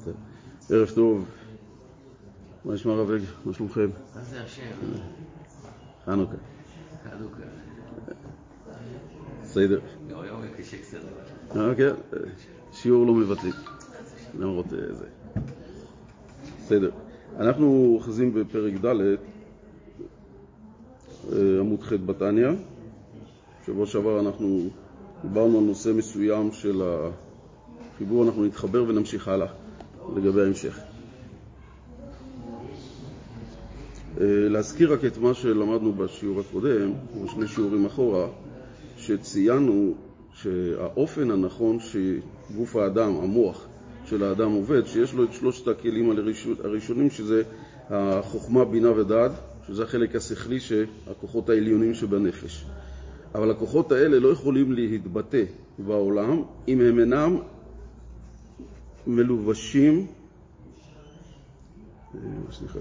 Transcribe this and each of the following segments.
ערב טוב. מה נשמע רב אג? מה שלומכם? מה זה השם? חנוכה. חנוכה. בסדר. גם היום קשה קצת. כן, שיעור לא מבטלים. למרות זה. בסדר. אנחנו אוחזים בפרק ד' עמוד ח' בתניא. שבוע שעבר אנחנו דיברנו על נושא מסוים של החיבור, אנחנו נתחבר ונמשיך הלאה לגבי ההמשך. להזכיר רק את מה שלמדנו בשיעור הקודם, או שני שיעורים אחורה, שציינו שהאופן הנכון שגוף האדם, המוח של האדם עובד, שיש לו את שלושת הכלים הראשונים, שזה החוכמה, בינה ודעת, שזה החלק השכלי, שהכוחות העליונים שבנפש. אבל הכוחות האלה לא יכולים להתבטא בעולם אם הם אינם מלובשים, סליחה,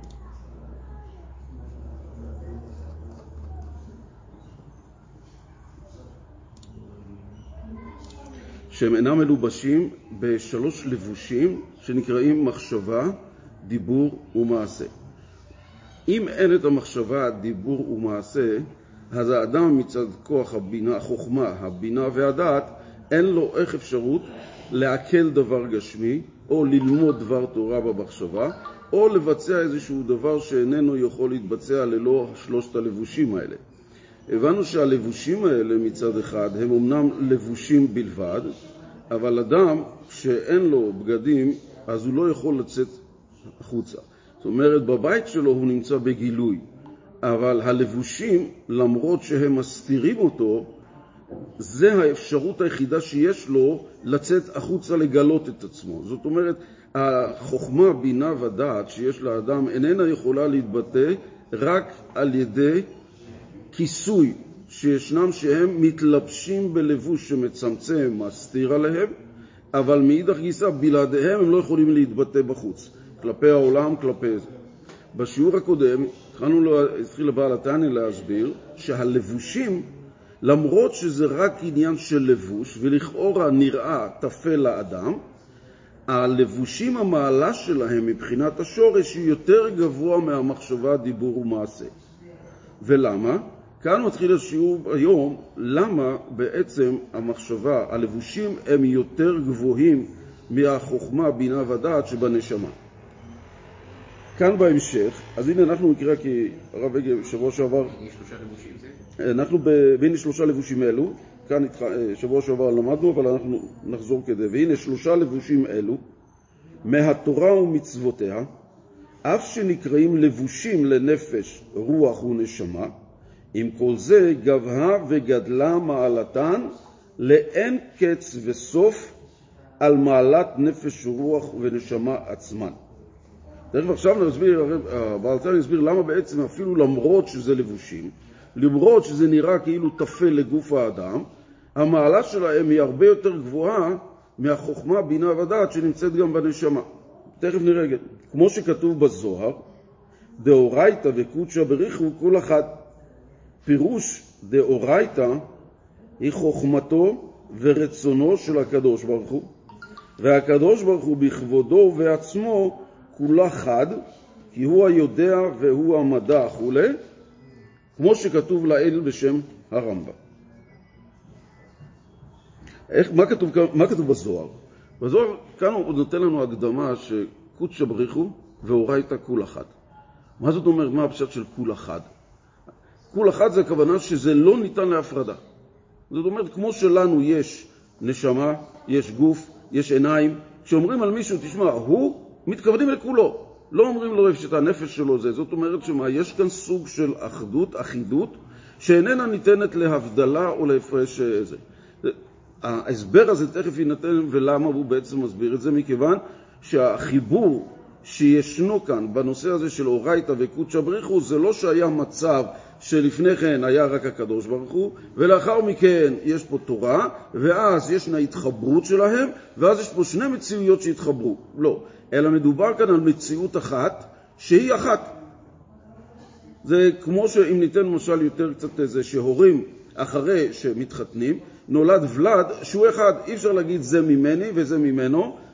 שהם אינם מלובשים בשלוש לבושים שנקראים מחשבה, דיבור ומעשה. אם אין את המחשבה, דיבור ומעשה, אז האדם מצד כוח הבינה, החוכמה, הבינה והדעת, אין לו איך אפשרות לעכל דבר גשמי, או ללמוד דבר תורה במחשבה, או לבצע איזשהו דבר שאיננו יכול להתבצע ללא שלושת הלבושים האלה. הבנו שהלבושים האלה מצד אחד הם אמנם לבושים בלבד, אבל אדם שאין לו בגדים, אז הוא לא יכול לצאת החוצה. זאת אומרת, בבית שלו הוא נמצא בגילוי, אבל הלבושים, למרות שהם מסתירים אותו, זה האפשרות היחידה שיש לו לצאת החוצה לגלות את עצמו. זאת אומרת, החוכמה, בינה ודעת שיש לאדם איננה יכולה להתבטא רק על ידי כיסוי שישנם שהם מתלבשים בלבוש שמצמצם, מסתיר עליהם, אבל מאידך גיסא בלעדיהם הם לא יכולים להתבטא בחוץ, כלפי העולם, כלפי זה. בשיעור הקודם התחיל לבעל התניא להסביר שהלבושים, למרות שזה רק עניין של לבוש ולכאורה נראה תפל לאדם, הלבושים המעלה שלהם מבחינת השורש היא יותר גבוה מהמחשבה, דיבור ומעשה. ולמה? כאן מתחיל השיעור היום, למה בעצם המחשבה, הלבושים הם יותר גבוהים מהחוכמה, בינה ודעת שבנשמה. כאן בהמשך, אז הנה אנחנו נקרא כי הרב אגב שבוע שעבר, שלושה לבושים זה? אנחנו בין שלושה לבושים אלו, כאן שבוע שעבר למדנו, אבל אנחנו נחזור כדי, והנה שלושה לבושים אלו, מהתורה ומצוותיה, אף שנקראים לבושים לנפש, רוח ונשמה, עם כל זה גבהה וגדלה מעלתן לאין קץ וסוף על מעלת נפש רוח ונשמה עצמן. תכף עכשיו בעל התניא נסביר למה בעצם אפילו למרות שזה לבושים, למרות שזה נראה כאילו תפל לגוף האדם, המעלה שלהם היא הרבה יותר גבוהה מהחוכמה, בינה ודעת שנמצאת גם בנשמה. תכף נראה, כמו שכתוב בזוהר, דאורייתא וקודשא בריחו כל אחת. פירוש דאורייתא היא חוכמתו ורצונו של הקדוש ברוך הוא, והקדוש ברוך הוא בכבודו ובעצמו כולה חד, כי הוא היודע והוא המדע וכו', כמו שכתוב לאל בשם הרמב"ם. מה כתוב בזוהר? בזוהר כאן הוא נותן לנו הקדמה שקודשא בריחו ואורייתא כולה חד. מה זאת אומרת? מה הפשט של כולה חד? כול אחד זה הכוונה שזה לא ניתן להפרדה. זאת אומרת, כמו שלנו יש נשמה, יש גוף, יש עיניים, כשאומרים על מישהו, תשמע, הוא מתכוונים לכולו. לא אומרים לו שאת הנפש שלו זה. זאת אומרת שמה, יש כאן סוג של אחדות, אחידות, שאיננה ניתנת להבדלה או להפרש זה. ההסבר הזה תכף ינתן, ולמה הוא בעצם מסביר את זה? מכיוון שהחיבור שישנו כאן בנושא הזה של אורייתא וקודשא בריחו, זה לא שהיה מצב שלפני כן היה רק הקדוש ברוך הוא, ולאחר מכן יש פה תורה, ואז ישנה התחברות שלהם, ואז יש פה שני מציאויות שהתחברו. לא, אלא מדובר כאן על מציאות אחת, שהיא אחת. זה כמו שאם ניתן למשל יותר קצת איזה, שהורים אחרי שמתחתנים, נולד ולד שהוא אחד, אי אפשר להגיד זה ממני וזה ממנו,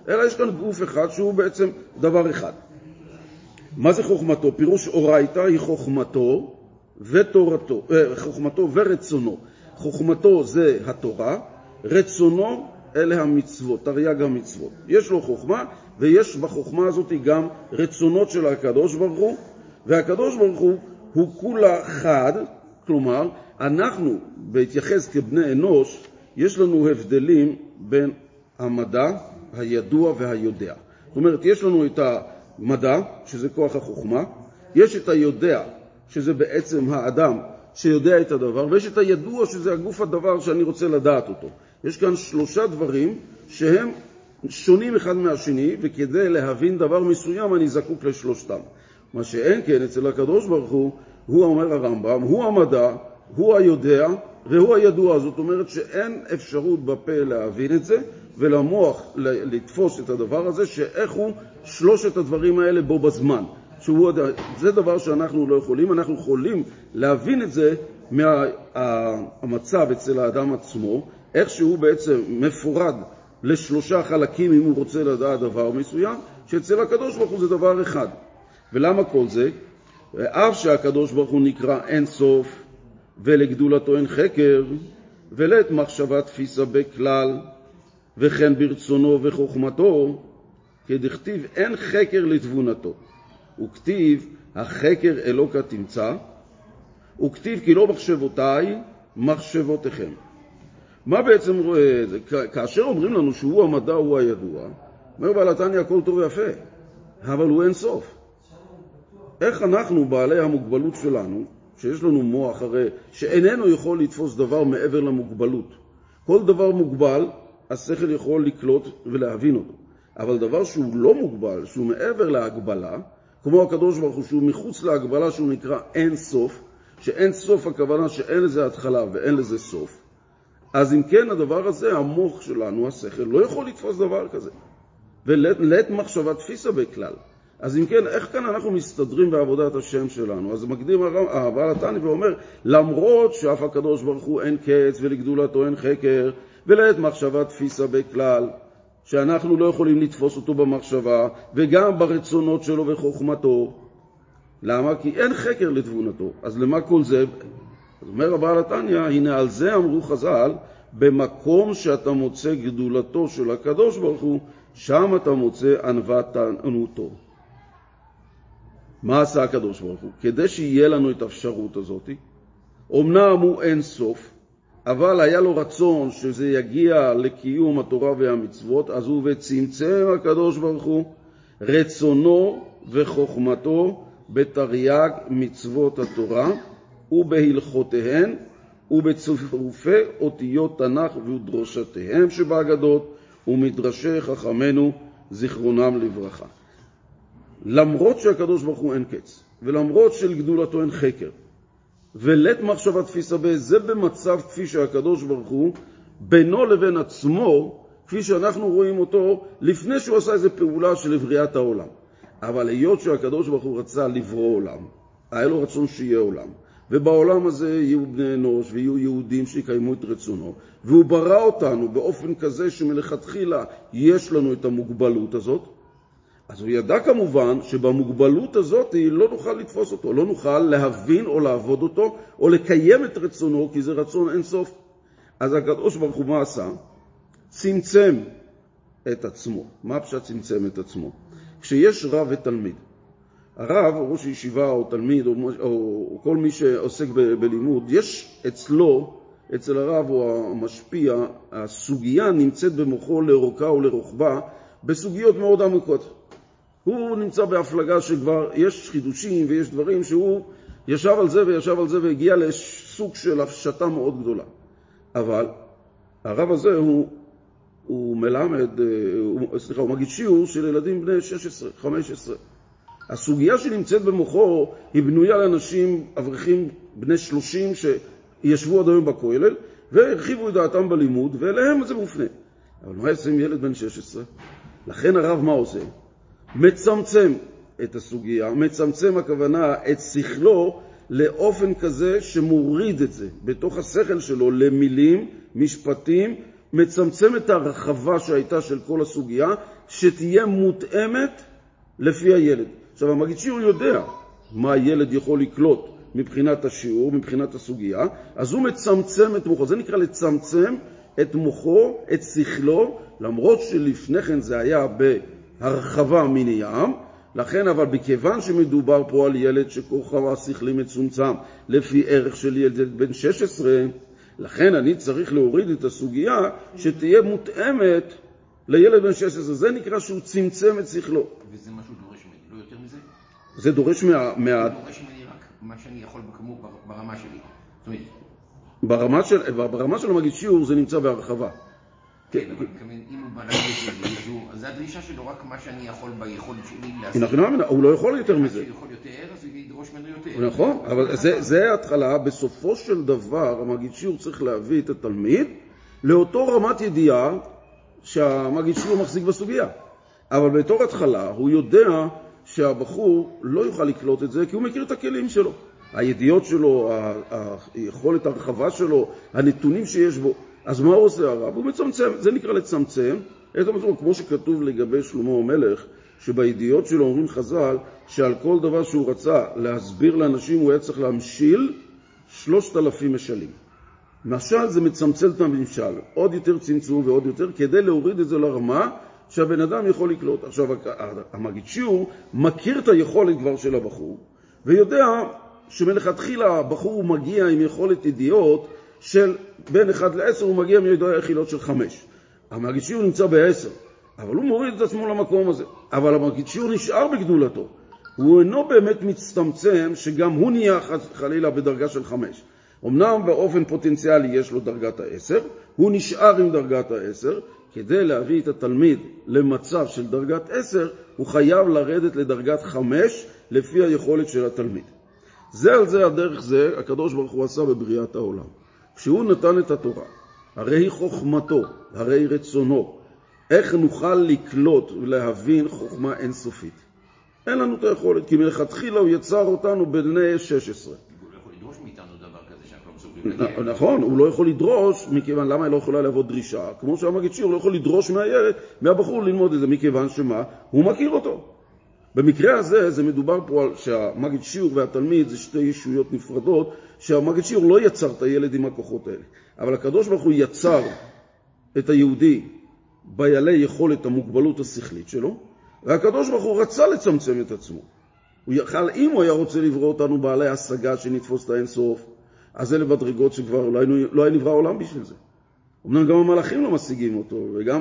אלא יש כאן גוף אחד שהוא בעצם דבר אחד. מה זה חוכמתו? פירוש אורייתא היא חוכמתו ותורתו, חוכמתו ורצונו. חוכמתו זה התורה, רצונו אלה המצוות, תרי"ג המצוות. יש לו חוכמה, ויש בחוכמה הזאת גם רצונות של הקדוש ברוך הוא, והקדוש ברוך הוא כולה חד, כלומר, אנחנו בהתייחס כבני אנוש, יש לנו הבדלים בין המדע, הידוע והיודע. זאת אומרת, יש לנו את המדע, שזה כוח החוכמה, יש את היודע, שזה בעצם האדם שיודע את הדבר, ויש את הידוע, שזה הגוף הדבר שאני רוצה לדעת אותו. יש כאן 3 דברים שהם שונים אחד מהשני, וכדי להבין דבר מסוים אני זקוק לשלושתם. מה שאין כן אצל הקדוש ברוך הוא אומר הרמב"ם, הוא המדע, הוא היודע והוא הידוע. זאת אומרת שאין אפשרות בפה להבין את זה, ולמוח לתפוס את הדבר הזה, שאיך הוא 3 הדברים האלה בו בזמן. זה דבר שאנחנו לא יכולים, אנחנו יכולים להבין את זה מהמצב אצל האדם עצמו, איך שהוא בעצם מפורד ל3 חלקים אם הוא רוצה לדעת דבר מסוים, שאצל הקדוש ברוך הוא זה דבר אחד. ולמה כל זה? אף שהקדוש ברוך הוא נקרא אין סוף, ולגדולתו אין חקר, ולית מחשבה תפיסה בכלל, וכן ברצונו וחוכמתו, כדכתיב אין חקר לתבונתו. וכתיב החקר אלוקה תמצא, וכתיב כי לא מחשבותיי מחשבותיכם. מה בעצם רואה? כאשר אומרים לנו שהוא המדע, הוא הידוע, אומר בעל התניא הכל טוב ויפה, אבל הוא אין סוף. איך אנחנו בעלי המוגבלות שלנו, שיש לנו מוח הרי שאיננו יכול לתפוס דבר מעבר למוגבלות. כל דבר מוגבל, השכל יכול לקלוט ולהבין אותו. אבל דבר שהוא לא מוגבל, שהוא מעבר להגבלה, כמו הקדוש ברוך הוא שהוא מחוץ להגבלה, שהוא נקרא אין סוף, שאין סוף הכוונה שאין לזה התחלה ואין לזה סוף. אז אם כן הדבר הזה, המוח שלנו, השכל, לא יכול לתפוס דבר כזה. ולית מחשבה תפיסה בכלל. אז אם כן, איך כאן אנחנו מסתדרים בעבודת השם שלנו? אז מקדים בעל התניא ואומר, למרות שאף הקדוש ברוך הוא אין קץ ולגדולתו אין חקר, ולית מחשבה תפיסה בכלל, שאנחנו לא יכולים לתפוס אותו במחשבה, וגם ברצונות שלו וחוכמתו. למה? כי אין חקר לתבונתו. אז למה כל זה? אז אומר הבעל התניא, הנה על זה אמרו חז"ל, במקום שאתה מוצא גדולתו של הקדוש ברוך הוא, שם אתה מוצא ענוות תענותו. מה עשה הקדוש ברוך הוא? כדי שיהיה לנו את האפשרות הזאת, אמנם הוא אין סוף, אבל היה לו רצון שזה יגיע לקיום התורה והמצוות, אז הוא וצמצם הקדוש ברוך הוא רצונו וחוכמתו בתרי"ג מצוות התורה ובהלכותיהן ובצירופי אותיות תנ"ך ודרושתיהם שבאגדות ומדרשי חכמינו זיכרונם לברכה. למרות שהקדוש ברוך הוא אין קץ, ולמרות שלגדולתו אין חקר, ולית מחשבה תפיסה זה במצב כפי שהקדוש ברוך הוא בינו לבין עצמו, כפי שאנחנו רואים אותו לפני שהוא עשה איזו פעולה של בריאת העולם. אבל היות שהקדוש ברוך הוא רצה לברוא עולם, היה לו רצון שיהיה עולם, ובעולם הזה יהיו בני אנוש ויהיו יהודים שיקיימו את רצונו, והוא ברא אותנו באופן כזה שמלכתחילה יש לנו את המוגבלות הזאת, אז הוא ידע כמובן שבמוגבלות הזאת לא נוכל לתפוס אותו, לא נוכל להבין או לעבוד אותו או לקיים את רצונו, כי זה רצון אין סוף. אז הקדוש ברוך הוא מה עשה? צמצם את עצמו. מה פשוט צמצם את עצמו? כשיש רב ותלמיד, הרב, ראש ישיבה או תלמיד או כל מי שעוסק בלימוד, יש אצל הרב או המשפיע, הסוגיה נמצאת במוחו לאורכה ולרוחבה בסוגיות מאוד עמוקות. הוא נמצא בהפלגה שכבר יש חידושים ויש דברים שהוא ישב על זה וישב על זה והגיע לסוג של הפשטה מאוד גדולה. אבל הרב הזה הוא מלמד, הוא מגיד שיעור של ילדים בני 16, 15. הסוגיה שנמצאת במוחו היא בנויה לאנשים אברכים בני 30 שישבו עד היום בכולל והרחיבו את דעתם בלימוד, ואליהם זה מופנה. אבל מה יעשה עם ילד בן 16? לכן הרב מה עושה? מצמצם את הסוגיה, מצמצם הכוונה את שכלו לאופן כזה שמוריד את זה בתוך השכל שלו למילים, משפטים, מצמצם את הרחבה שהייתה של כל הסוגיה שתהיה מותאמת לפי הילד. עכשיו, המגיד שיעור יודע מה הילד יכול לקלוט מבחינת השיעור, מבחינת הסוגיה, אז הוא מצמצם את מוחו. זה נקרא לצמצם את מוחו, את שכלו, למרות שלפני כן זה היה בהרחבה מן ים, לכן אבל בכיוון שמדובר פה על ילד שכוחו השכלי מצומצם לפי ערך של ילד בן 16, לכן אני צריך להוריד את הסוגיה שתהיה מותאמת לילד בן 16. זה נקרא שהוא צמצם את שכלו. וזה משהו דורש ממני, לא יותר מזה? זה דורש זה דורש ממני רק מה שאני יכול ברמה שלי. זאת אומרת, ברמה של המגיד שיעור זה נמצא בהרחבה. כן, אבל אם הוא בא להגיד את זה, אז זה הדרישה שלו רק מה שאני יכול ביכולת שלי לעשות. נכון, הוא לא יכול יותר מזה. שהוא יכול יותר, אז הוא ידרוש ממנו יותר. נכון, אבל זה ההתחלה. בסופו של דבר, המגיד שיעור צריך להביא את התלמיד לאותו רמת ידיעה שהמגיד שיעור מחזיק בסוגיה. אבל בתור התחלה הוא יודע שהבחור לא יוכל לקלוט את זה, כי הוא מכיר את הכלים שלו. הידיעות שלו, היכולת הרחבה שלו, הנתונים שיש בו. אז מה הוא עושה הרב? הוא מצמצם, זה נקרא לצמצם. כמו שכתוב לגבי שלמה המלך, שבידיעות שלו אומרים חז"ל, שעל כל דבר שהוא רצה להסביר לאנשים, הוא היה צריך להמשיל 3,000 משלים. משל זה מצמצם את המשל, עוד יותר צמצום ועוד יותר, כדי להוריד את זה לרמה שהבן אדם יכול לקלוט. עכשיו, המגיד שיעור מכיר את היכולת כבר של הבחור, ויודע שמלכתחילה הבחור מגיע עם יכולת ידיעות של בין 1 ל-10, הוא מגיע מידעי יחילות של 5. המגיד שיעור נמצא ב-10, אבל הוא מוריד את עצמו למקום הזה. אבל המגיד שיעור נשאר בגדולתו. הוא אינו באמת מצטמצם שגם הוא נהיה חלילה בדרגה של 5. אמנם באופן פוטנציאלי יש לו דרגת 10, הוא נשאר עם דרגת 10, כדי להביא את התלמיד למצב של דרגת 10, הוא חייב לרדת לדרגת 5 לפי היכולת של התלמיד. זה על זה הדרך זה הקדוש ברוך הוא עשה בבריאת העולם. כשהוא נתן את התורה, הרי היא חוכמתו, הרי היא רצונו. איך נוכל לקלוט ולהבין חוכמה אינסופית? אין לנו את היכולת, כי מלכתחילה הוא יצר אותנו בני 16. הוא לא יכול לדרוש מאיתנו דבר כזה שאנחנו לא מסוגלים. נכון, הוא לא יכול לדרוש, מכיוון למה היא לא יכולה לעבוד דרישה? כמו שהמגיד שיעור לא יכול לדרוש מהבחור ללמוד את זה, מכיוון שמה? הוא מכיר אותו. במקרה הזה, זה מדובר פה על שהמגיד שיעור והתלמיד זה שתי ישויות נפרדות, שהמגיד שיעור לא יצר את הילד עם הכוחות האלה. אבל הקדוש ברוך הוא יצר את היהודי בעלי יכולת המוגבלות השכלית שלו, והקדוש ברוך הוא רצה לצמצם את עצמו. הוא יכל, אם הוא היה רוצה לברוא אותנו בעלי השגה שנתפוס את האינסוף, אז אלה בדרגות שכבר לא היה נברא עולם בשביל זה. אמנם גם המלאכים לא משיגים אותו, וגם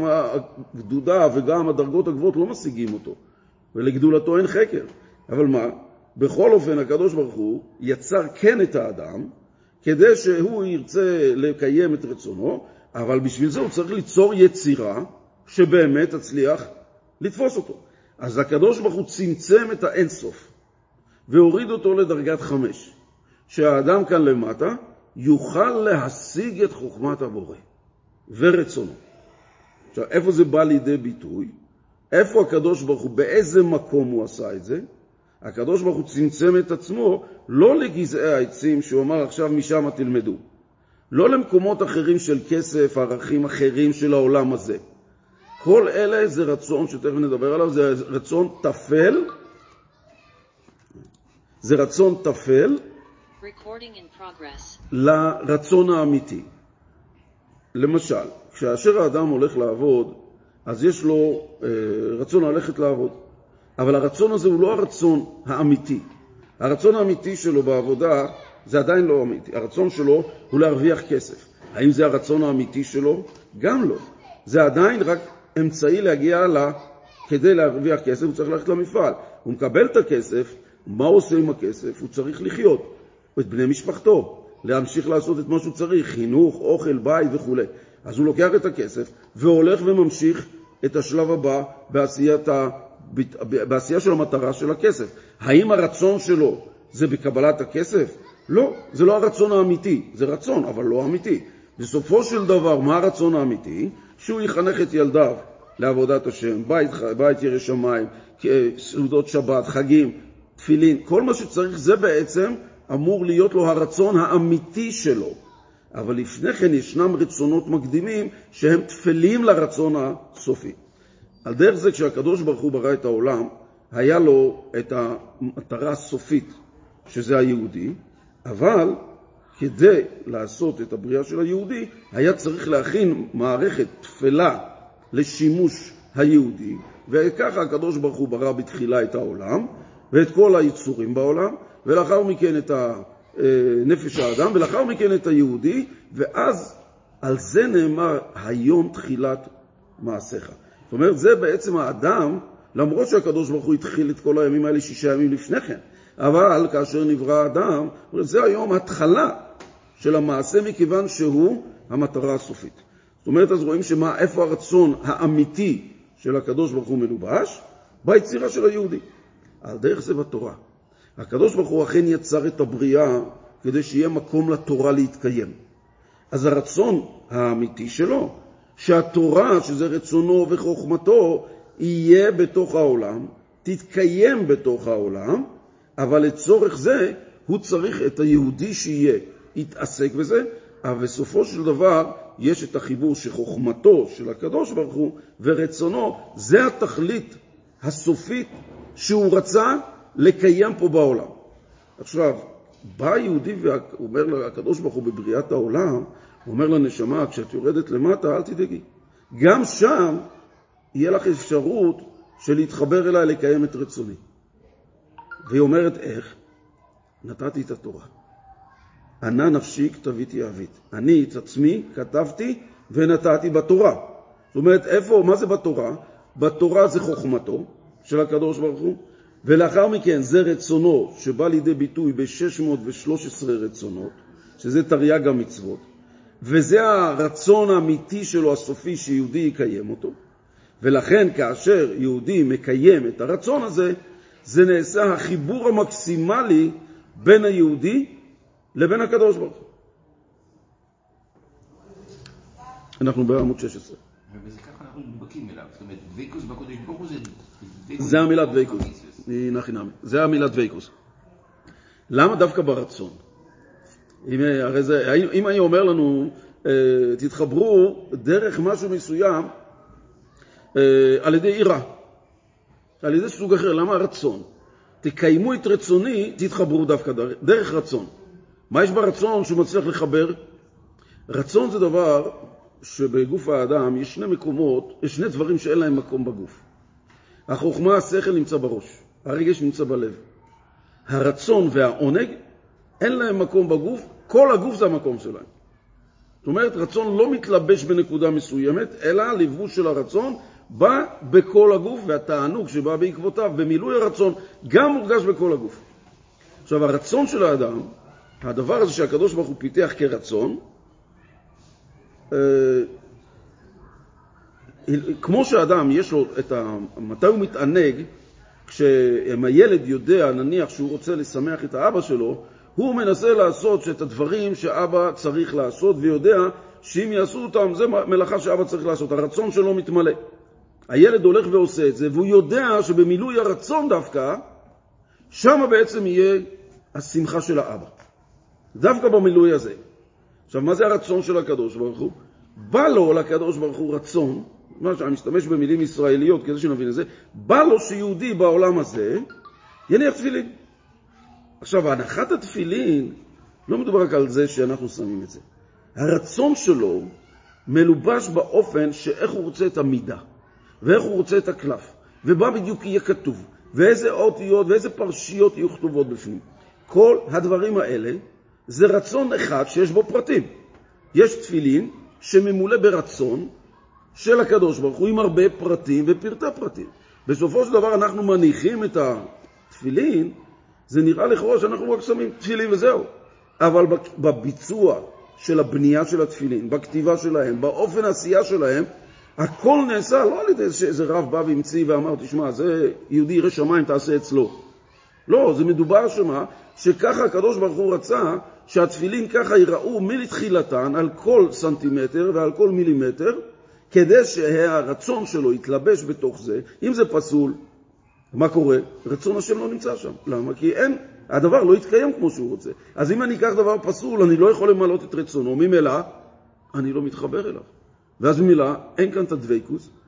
הגדודה וגם הדרגות הגבוהות לא משיגים אותו. ולגדולתו אין חקר. אבל מה? בכל אופן הקדוש ברוך הוא יצר כן את האדם, כדי שהוא ירצה לקיים את רצונו, אבל בשביל זה הוא צריך ליצור יצירה שבאמת תצליח לתפוס אותו. אז הקדוש ברוך הוא צמצם את האינסוף, והוריד אותו לדרגת 5, שהאדם כאן למטה יוכל להשיג את חוכמת הבורא ורצונו. עכשיו, איפה זה בא לידי ביטוי? איפה הקדוש ברוך הוא, באיזה מקום הוא עשה את זה? הקדוש ברוך הוא צמצם את עצמו לא לגזעי העצים שהוא אמר עכשיו משם תלמדו. לא למקומות אחרים של כסף, ערכים אחרים של העולם הזה. כל אלה זה רצון שתכף נדבר עליו, זה רצון תפל. זה רצון תפל לרצון האמיתי. למשל, כשאשר האדם הולך לעבוד, אז יש לו רצון ללכת לעבוד. אבל הרצון הזה הוא לא הרצון האמיתי. הרצון האמיתי שלו בעבודה זה עדיין לא אמיתי. הרצון שלו הוא להרוויח כסף. האם זה הרצון האמיתי שלו? גם לא. זה עדיין רק אמצעי להגיע כדי להרוויח כסף, הוא צריך ללכת למפעל. הוא מקבל את הכסף, מה הוא עושה עם הכסף? הוא צריך לחיות. את בני משפחתו, להמשיך לעשות את מה שהוא צריך, חינוך, אוכל, בית וכו'. אז הוא לוקח את הכסף והולך וממשיך את השלב הבא בעשייה של המטרה של הכסף. האם הרצון שלו זה בקבלת הכסף? לא, זה לא הרצון האמיתי. זה רצון, אבל לא אמיתי. בסופו של דבר, מה הרצון האמיתי? שהוא יחנך את ילדיו לעבודת השם, בית ירא שמיים, סעודות שבת, חגים, תפילין, כל מה שצריך זה בעצם אמור להיות לו הרצון האמיתי שלו. אבל לפני כן ישנם רצונות מקדימים שהם תפלים לרצון הסופי. על דרך זה כשהקדוש ברוך הוא ברא את העולם, היה לו את המטרה הסופית, שזה היהודי, אבל כדי לעשות את הבריאה של היהודי, היה צריך להכין מערכת תפלה לשימוש היהודי, וככה הקדוש ברוך הוא ברא בתחילה את העולם, ואת כל היצורים בעולם, ולאחר מכן את נפש האדם, ולאחר מכן את היהודי, ואז על זה נאמר היום תחילת מעשיך. זאת אומרת, זה בעצם האדם, למרות שהקדוש ברוך הוא התחיל את כל הימים האלה 6 ימים לפני כן, אבל כאשר נברא האדם, זה היום התחלה של המעשה, מכיוון שהוא המטרה הסופית. זאת אומרת, אז רואים איפה הרצון האמיתי של הקדוש ברוך הוא מלובש? ביצירה של היהודי. על דרך זה בתורה. הקדוש ברוך הוא אכן יצר את הבריאה כדי שיהיה מקום לתורה להתקיים. אז הרצון האמיתי שלו, שהתורה, שזה רצונו וחוכמתו, יהיה בתוך העולם, תתקיים בתוך העולם, אבל לצורך זה הוא צריך את היהודי שיהיה, יתעסק בזה, אבל בסופו של דבר יש את החיבור שחוכמתו של הקדוש ברוך הוא ורצונו, זה התכלית הסופית שהוא רצה לקיים פה בעולם. עכשיו, בא היהודי ואומר לקדוש ברוך הוא בבריאת העולם, הוא אומר לנשמה, כשאת יורדת למטה, אל תדאגי. גם שם יהיה לך אפשרות של להתחבר אליי לקיים את רצוני. והיא אומרת איך? נתתי את התורה. ענה נפשי כתביתי אהבית. אני את עצמי כתבתי ונתתי בתורה. זאת אומרת, איפה, מה זה בתורה? בתורה זה חוכמתו של הקדוש ברוך הוא, ולאחר מכן זה רצונו שבא לידי ביטוי ב-613 רצונות, שזה תרי"ג המצוות, וזה הרצון האמיתי שלו הסופי שיהודי יקיים אותו, ולכן כאשר יהודי מקיים את הרצון הזה, זה נעשה החיבור המקסימלי בין היהודי לבין הקדוש ברוך הוא. אנחנו בעמוד 16. ובזה ככה אנחנו דבקים אליו. זאת אומרת, דבקוס בקודש ברוך הוא זה המילה דבקוס. זה המילה דבקוס. למה דווקא ברצון? אם אני אומר לנו, תתחברו דרך משהו מסוים על ידי עירה, על ידי סוג אחר, למה הרצון? תקיימו את רצוני, תתחברו דווקא דרך רצון. מה יש ברצון שהוא מצליח לחבר? רצון זה דבר שבגוף האדם יש שני מקומות, יש שני דברים שאין להם מקום בגוף. החוכמה, השכל נמצא בראש, הרגש נמצא בלב. הרצון והעונג אין להם מקום בגוף, כל הגוף זה המקום שלהם. זאת אומרת, רצון לא מתלבש בנקודה מסוימת, אלא הלבוש של הרצון בא בכל הגוף, והתענוג שבא בעקבותיו, במילוי הרצון, גם מורגש בכל הגוף. עכשיו, הרצון של האדם, הדבר הזה שהקדוש ברוך הוא פיתח כרצון, כמו שהאדם יש לו מתי הוא מתענג, כשהילד יודע, נניח שהוא רוצה לשמח את האבא שלו, הוא מנסה לעשות את הדברים שאבא צריך לעשות, ויודע שאם יעשו אותם, זה מלאכה שאבא צריך לעשות. הרצון שלו מתמלא. הילד הולך ועושה את זה, והוא יודע שבמילוי הרצון דווקא, שם בעצם יהיה השמחה של האבא. דווקא במילוי הזה. עכשיו, מה זה הרצון של הקדוש ברוך הוא? בא לו לקדוש ברוך הוא רצון, מה שאני משתמש במילים ישראליות כדי שנבין את זה, בא לו שיהודי בעולם הזה יניח תפילין. עכשיו, הנחת התפילין לא מדובר רק על זה שאנחנו שמים את זה. הרצון שלו מלובש באופן שאיך הוא רוצה את המידה, ואיך הוא רוצה את הקלף, ומה בדיוק יהיה כתוב, ואיזה אותיות ואיזה פרשיות יהיו כתובות בפנים. כל הדברים האלה זה רצון אחד שיש בו פרטים. יש תפילין שממולא ברצון של הקדוש ברוך הוא עם הרבה פרטים ופרטי פרטים. בסופו של דבר אנחנו מניחים את התפילין, זה נראה לכאורה שאנחנו רק שמים תפילין וזהו. אבל בביצוע של הבנייה של התפילין, בכתיבה שלהם, באופן העשייה שלהם, הכל נעשה לא על ידי איזה רב בא והמציא ואמר, תשמע, זה יהודי ירא שמיים תעשה אצלו. לא, זה מדובר שמה, שככה הקדוש ברוך הוא רצה שהתפילין ככה ייראו מלתחילתן על כל סנטימטר ועל כל מילימטר, כדי שהרצון שלו יתלבש בתוך זה. אם זה פסול, מה קורה? רצון השם לא נמצא שם. למה? כי הדבר לא יתקיים כמו שהוא רוצה. אז אם אני אקח דבר פסול, אני לא יכול למלות את רצונו. ממילא, אני לא מתחבר אליו. ואז ממילא, אין כאן את הדבקות,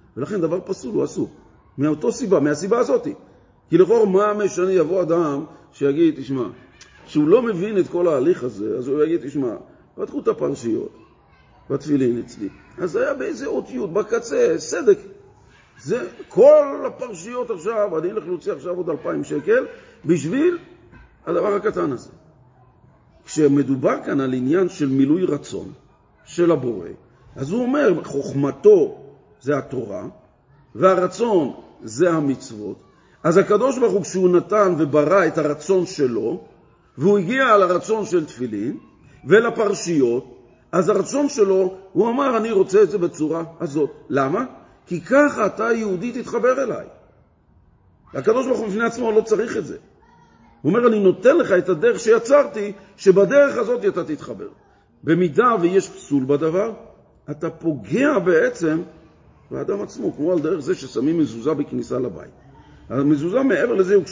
ולכן דבר פסול הוא אסור. מאותו סיבה, מהסיבה הזאת. כי לכאורה מה משנה יבוא אדם שיגיד, תשמע, שהוא לא מבין את כל ההליך הזה, אז הוא יגיד, תשמע, פתחו את הפרשיות, בתפילין אצלי. אז זה היה באיזה אותיות, בקצה, סדק. זה כל הפרשיות עכשיו, אני הולך להוציא עכשיו עוד 2,000 שקל, בשביל הדבר הקטן הזה. כשמדובר כאן על עניין של מילוי רצון של הבורא, אז הוא אומר, חוכמתו זה התורה, והרצון זה המצוות. אז הקדוש ברוך הוא כשהוא נתן וברא את הרצון שלו, והוא הגיע על הרצון של תפילין, ולפרשיות, אז הרצון שלו, הוא אמר, אני רוצה את זה בצורה הזאת. למה? כי ככה אתה יהודי תתחבר אליי. הקדוש ברוך הוא בפני עצמו לא צריך את זה. הוא אומר, אני נותן לך את הדרך שיצרתי, שבדרך הזאת אתה תתחבר. במידה ויש פסול בדבר, אתה פוגע בעצם באדם עצמו, כמו על דרך זה ששמים מזוזה בכניסה לבית. המזוזה מעבר לזה הוא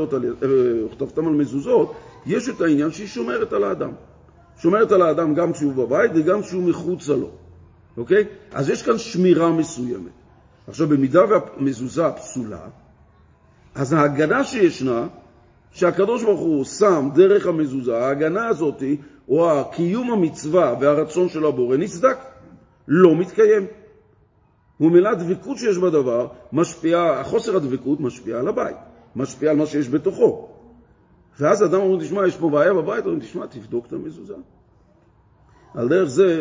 כתבתם על מזוזות, יש את העניין שהיא שומרת על האדם. שומרת על האדם גם כשהוא בבית וגם כשהוא מחוץ לו. אוקיי? אז יש כאן שמירה מסוימת. עכשיו, במידה והמזוזה פסולה, אז ההגנה שישנה, שהקדוש ברוך הוא שם דרך המזוזה, ההגנה הזאת, או הקיום המצווה והרצון של הבורא, נסדק, לא מתקיים. ומילא הדבקות שיש בדבר, החוסר הדבקות משפיע על הבית, משפיע על מה שיש בתוכו. ואז אדם אומר, תשמע, יש פה בעיה בבית, הוא אומר, תשמע, תבדוק את המזוזה. על דרך זה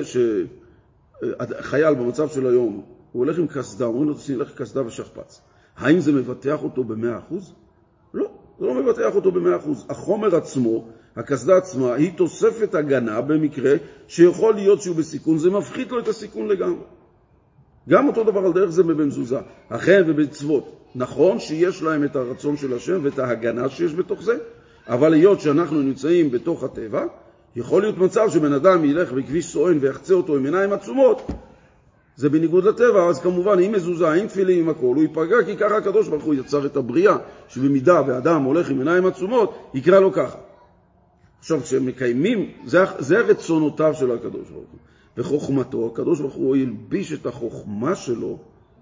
שחייל במצב של היום, הוא הולך עם כסדה, אומרים לו, תלך כסדה ושכפץ. האם זה מבטח אותו ב100%? לא, זה לא מבטח אותו ב100%. החומר עצמו, הכסדה עצמה, היא תוספת הגנה במקרה שיכול להיות שהוא בסיכון, זה מפחית לו את הסיכון לגמרי. גם אותו דבר על דרך זה במזוזה. אכן ובצוות, נכון שיש להם את הרצון של השם ואת ההגנה שיש בתוך זה, אבל להיות שאנחנו נמצאים בתוך הטבע, יכול להיות מצב שבן אדם ילך בכביש סואן ויחצה אותו עם עיניים עצומות, זה בניגוד לטבע, אז כמובן עם מזוזה, עם תפילין, עם הכל, הוא ייפגע, כי ככה הקדוש ברוך הוא יצר את הבריאה, שבמידה ואדם הולך עם עיניים עצומות, יקרא לו ככה. עכשיו, כשמקיימים, זה רצונותיו של הקדוש ברוך הוא. וחוכמתו, הקדוש ברוך הוא ילביש את החוכמה שלו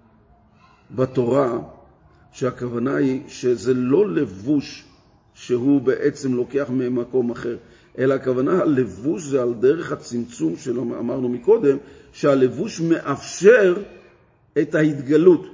בתורה, שהכוונה היא שזה לא לבוש שהוא בעצם לוקח ממקום אחר, אלא הכוונה, הלבוש זה על דרך הצמצום שלו, אמרנו מקודם, שהלבוש מאפשר את ההתגלות.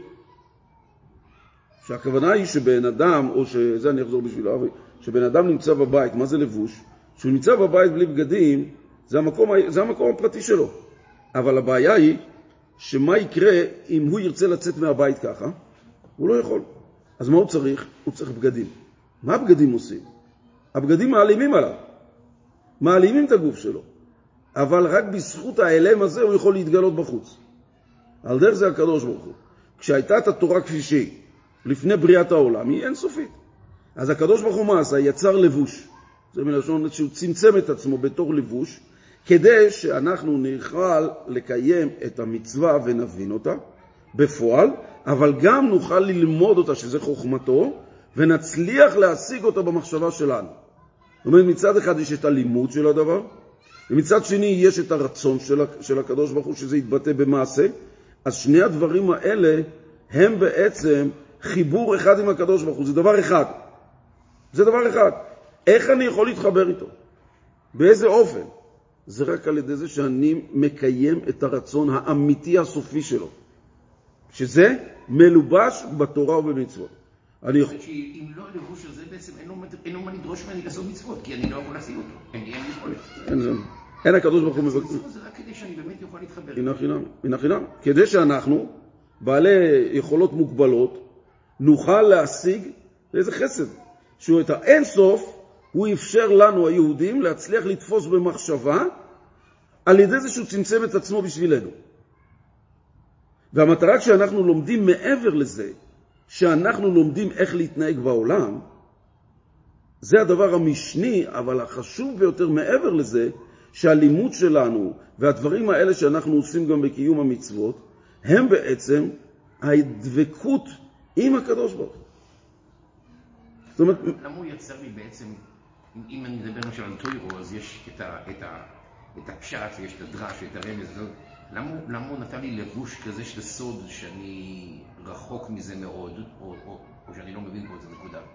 שהכוונה היא שבן אדם, או שזה אני אחזור בשבילו, שבן אדם נמצא בבית, מה זה לבוש? שהוא נמצא בבית בלי בגדים, זה המקום הפרטי שלו. אבל הבעיה היא, שמה יקרה אם הוא ירצה לצאת מהבית ככה? הוא לא יכול. אז מה הוא צריך? הוא צריך בגדים. מה הבגדים עושים? הבגדים מעלימים עליו. מעלימים את הגוף שלו. אבל רק בזכות האלם הזה הוא יכול להתגלות בחוץ. על דרך זה הקדוש ברוך הוא. כשהייתה את התורה כפי שהיא, לפני בריאת העולם, היא אינסופית. אז הקדוש ברוך הוא מה עשה? יצר לבוש. זה מלשון שהוא צמצם את עצמו בתור לבוש, כדי שאנחנו נוכל לקיים את המצווה ונבין אותה בפועל, אבל גם נוכל ללמוד אותה, שזה חוכמתו, ונצליח להשיג אותה במחשבה שלנו. זאת אומרת, מצד אחד יש את הלימוד של הדבר, ומצד שני יש את הרצון של הקדוש ברוך הוא, שזה יתבטא במעשה. אז שני הדברים האלה הם בעצם חיבור אחד עם הקדוש ברוך הוא. זה דבר אחד. זה דבר אחד. איך אני יכול להתחבר איתו? באיזה אופן? זה רק על ידי זה שאני מקיים את הרצון האמיתי הסופי שלו. שזה מלובש בתורה ובמצוות. אני חושב שאם לא הלבוש הזה בעצם אין לו מה לדרוש ממני לעשות מצוות, כי אני לא יכול להשיג אותו. אין לי יכולת. אין הקדוש ברוך הוא מבקש. זה רק כדי שאני באמת יכול להתחבר. מן החינם. כדי שאנחנו, בעלי יכולות מוגבלות, נוכל להשיג איזה חסד. שהוא את האין סוף, הוא אפשר לנו היהודים להצליח לתפוס במחשבה, על ידי זה שהוא צמצם את עצמו בשבילנו. והמטרה כשאנחנו לומדים מעבר לזה, שאנחנו לומדים איך להתנהג בעולם, זה הדבר המשני, אבל החשוב ביותר מעבר לזה, שהלימוד שלנו והדברים האלה שאנחנו עושים גם בקיום המצוות, הם בעצם הדבקות עם הקדוש ברוך הוא. זאת אומרת, למה הוא יצר לי בעצם, אם אני מדבר עכשיו על תוירו, אז יש את הפשט ויש את הדרש ואת הרמז, למה הוא נתן לי לבוש כזה של סוד שאני רחוק מזה מאוד, או שאני לא מבין פה את זה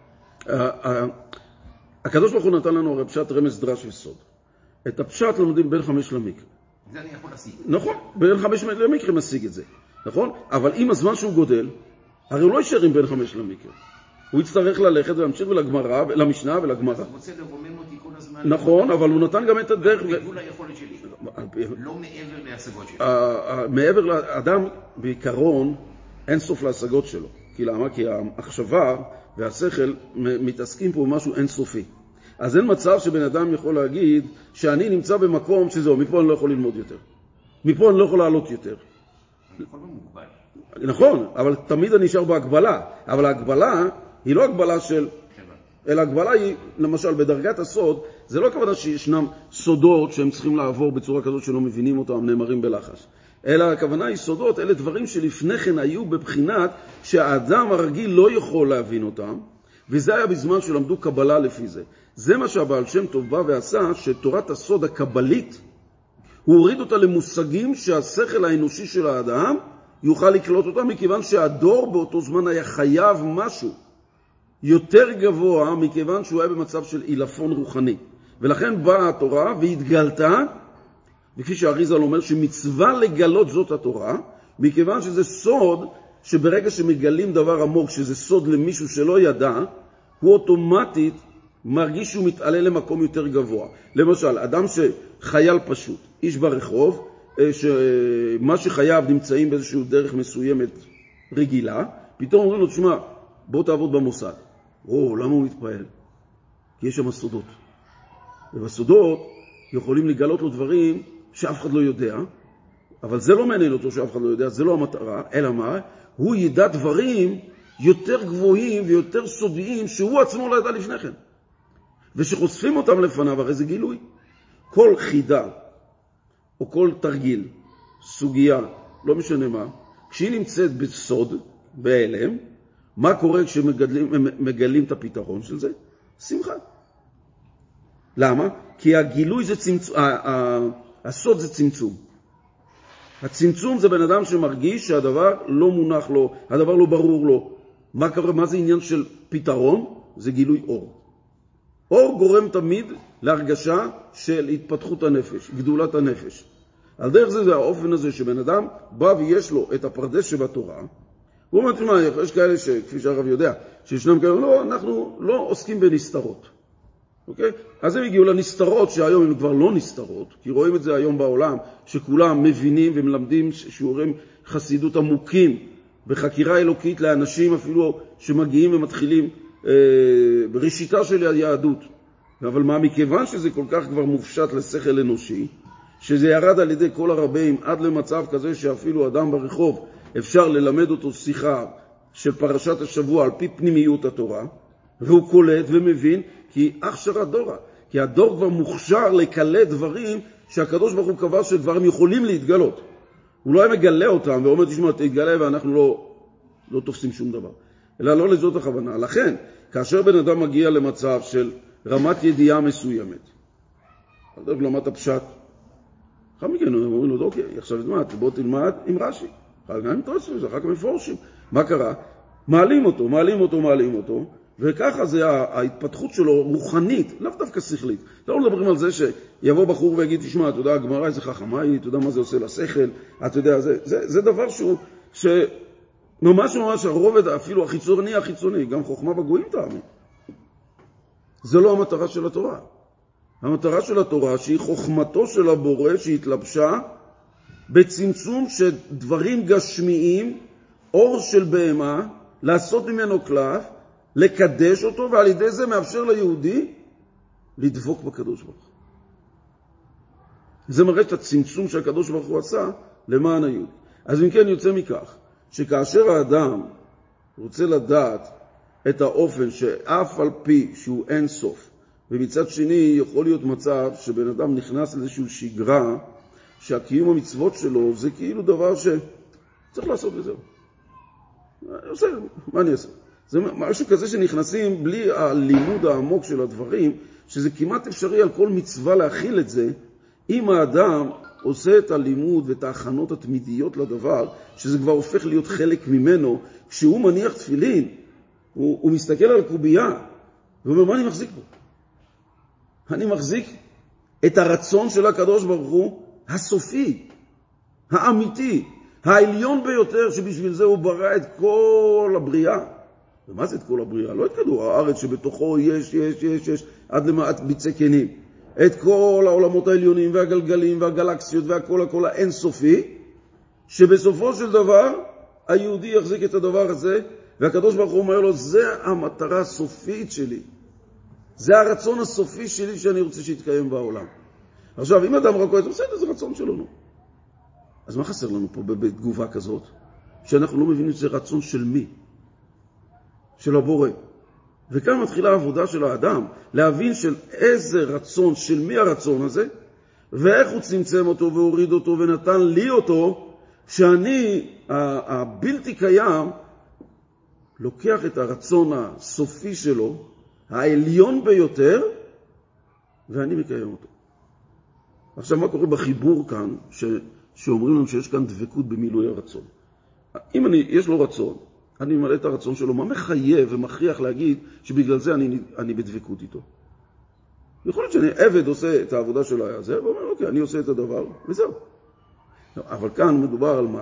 נקודה? הקדוש ברוך הוא נתן לנו הרי פשט רמז דרש וסוד. את הפשט לומדים בין 5 למקרא. זה אני יכול להשיג. נכון, בין 5 למקרא משיג את זה. נכון? אבל עם הזמן שהוא גודל, הרי הוא לא יישאר עם בין 5 למקרא. הוא יצטרך ללכת ולהמשיך לגמרא, למשנה ולגמרא. הוא רוצה לרומם אותי כל הזמן. נכון, אבל הוא נתן גם את הדרך. בגבול היכולת שלי. לא מעבר להשגות שלי. מעבר לאדם, בעיקרון, אין סוף להשגות שלו. כי למה? כי המחשבה והשכל מתעסקים פה במשהו אינסופי. אז אין מצב שבן אדם יכול להגיד שאני נמצא במקום שזהו, מפה אני לא יכול ללמוד יותר. מפה אני לא יכול לעלות יותר. אני יכול במוגבל. נכון, אבל תמיד אני נשאר בהגבלה. אבל ההגבלה היא לא הגבלה של... אלא הגבלה היא, למשל, בדרגת הסוד, זה לא הכוונה שישנם סודות שהם צריכים לעבור בצורה כזאת שלא מבינים אותם, נאמרים בלחש. אלא הכוונה היא סודות, אלה דברים שלפני כן היו בבחינת שהאדם הרגיל לא יכול להבין אותם, וזה היה בזמן שלמדו קבלה לפי זה. זה מה שהבעל שם טוב בא ועשה, שתורת הסוד הקבלית, הוא הוריד אותה למושגים שהשכל האנושי של האדם יוכל לקלוט אותם, מכיוון שהדור באותו זמן היה חייב משהו יותר גבוה, מכיוון שהוא היה במצב של אילפון רוחני. ולכן באה התורה והתגלתה, וכפי שהאריז"ל אומר שמצווה לגלות זאת התורה, מכיוון שזה סוד שברגע שמגלים דבר עמוק, שזה סוד למישהו שלא ידע, הוא אוטומטית מרגיש שהוא מתעלה למקום יותר גבוה. למשל, אדם שחייל פשוט, איש ברחוב, שמה שחייו נמצאים באיזושהי דרך מסוימת רגילה, פתאום אומרים לו, תשמע, בוא תעבוד במוסד. למה הוא מתפעל? כי יש שם סודות. ובסודות יכולים לגלות לו דברים שאף אחד לא יודע, אבל זה לא מעניין אותו שאף אחד לא יודע, זה לא המטרה, אלא מה? הוא ידע דברים יותר גבוהים ויותר סודיים שהוא עצמו לא ידע לפני כן. ושחושפים אותם לפניו, הרי זה גילוי. כל חידה או כל תרגיל, סוגיה, לא משנה מה, כשהיא נמצאת בסוד, בהלם, מה קורה כשמגלים את הפתרון של זה? שמחה. למה? כי הגילוי זה צמצום, הסוד זה צמצום. הצמצום זה בן אדם שמרגיש שהדבר לא מונח לו, הדבר לא ברור לו. מה קורה? מה זה עניין של פתרון? זה גילוי אור. אור גורם תמיד להרגשה של התפתחות הנפש, גדולת הנפש. על דרך זה האופן הזה שבן אדם בא ויש לו את הפרדס שבתורה, הוא אומר, תשמע, יש כאלה שכפי שהרב יודע, שישנם כאלה, לא, אנחנו לא עוסקים בנסתרות. אוקיי? אז הם הגיעו לנסתרות שהיום הם כבר לא נסתרות, כי רואים את זה היום בעולם, שכולם מבינים ומלמדים שיעורים חסידות עמוקים, בחקירה אלוקית לאנשים אפילו שמגיעים ומתחילים בראשיתה של היהדות. אבל מה, מכיוון שזה כל כך כבר מופשט לשכל אנושי, שזה ירד על ידי כל הרבים עד למצב כזה שאפילו אדם ברחוב אפשר ללמד אותו שיחה של פרשת השבוע על פי פנימיות התורה, והוא קולט ומבין, כי הכשרת דורה, כי הדור כבר מוכשר לקלט דברים שהקדוש ברוך הוא קבע שדברים יכולים להתגלות. הוא לא היה מגלה אותם ואומר, תשמע, תתגלה ואנחנו לא תופסים שום דבר. אלא לא לזאת הכוונה. לכן, כאשר בן אדם מגיע למצב של רמת ידיעה מסוימת, על דרך למד הפשט, אחר מכן אומרים לו, אוקיי, עכשיו בוא תלמד עם רש"י. אחר כך עם תוספות, אחר כך מפורשים. מה קרה? מעלים אותו, וככה זה ההתפתחות שלו רוחנית, לאו דווקא שכלית. לא מדברים על זה שיבוא בחור ויגיד, תשמע, אתה יודע, הגמרא איזה חכמה היא, אתה יודע מה זה עושה לשכל, אתה יודע, זה דבר ממש הרובד אפילו החיצוני, גם חוכמה בגויים תאמין. זה לא המטרה של התורה. המטרה של התורה שהיא חוכמתו של הבורא שהתלבשה בצמצום של דברים גשמיים, אור של בהמה, לעשות ממנו קלף, לקדש אותו, ועל ידי זה מאפשר ליהודי לדבוק בקדוש ברוך הוא. זה מראה את הצמצום שהקדוש ברוך הוא עשה למען היהודי. אז אם כן יוצא מכך, שכאשר האדם רוצה לדעת את האופן שאף על פי שהוא אין סוף, ומצד שני יכול להיות מצב שבן אדם נכנס לאיזושהי שגרה, שהקיום המצוות שלו זה כאילו דבר שצריך לעשות וזהו. מה אני אעשה? זה משהו כזה שנכנסים בלי הלימוד העמוק של הדברים, שזה כמעט אפשרי על כל מצווה להכיל את זה, אם האדם עושה את הלימוד ואת ההכנות התמידיות לדבר, שזה כבר הופך להיות חלק ממנו, כשהוא מניח תפילין, הוא מסתכל על הקובייה, ואומר, מה אני מחזיק פה? אני מחזיק את הרצון של הקדוש ברוך הוא, הסופי, האמיתי, העליון ביותר, שבשביל זה הוא ברא את כל הבריאה. ומה זה את כל הבריאה? לא את כדור הארץ שבתוכו יש, עד למעט ביצי קנים. את כל העולמות העליונים והגלגלים והגלקסיות והכל האינסופי, שבסופו של דבר היהודי יחזיק את הדבר הזה, והקדוש ברוך הוא אומר לו, זה המטרה הסופית שלי. זה הרצון הסופי שלי שאני רוצה שיתקיים בעולם. עכשיו, אם אדם רק כועס, בסדר, זה רצון שלנו. אז מה חסר לנו פה בתגובה כזאת? שאנחנו לא מבינים שזה רצון של מי? של הבורא. וכאן מתחילה העבודה של האדם, להבין של איזה רצון, של מי הרצון הזה, ואיך הוא צמצם אותו והוריד אותו ונתן לי אותו, שאני, הבלתי קיים, לוקח את הרצון הסופי שלו, העליון ביותר, ואני מקיים אותו. עכשיו, מה קורה בחיבור כאן, שאומרים לנו שיש כאן דבקות במילוי הרצון? אם יש לו רצון, אני ממלא את הרצון שלו, מה מחייב ומכריח להגיד שבגלל זה אני בדבקות איתו? יכול להיות שאני עבד עושה את העבודה שלו הזה, ואומר, אוקיי, אני עושה את הדבר, וזהו. אבל כאן מדובר על מה?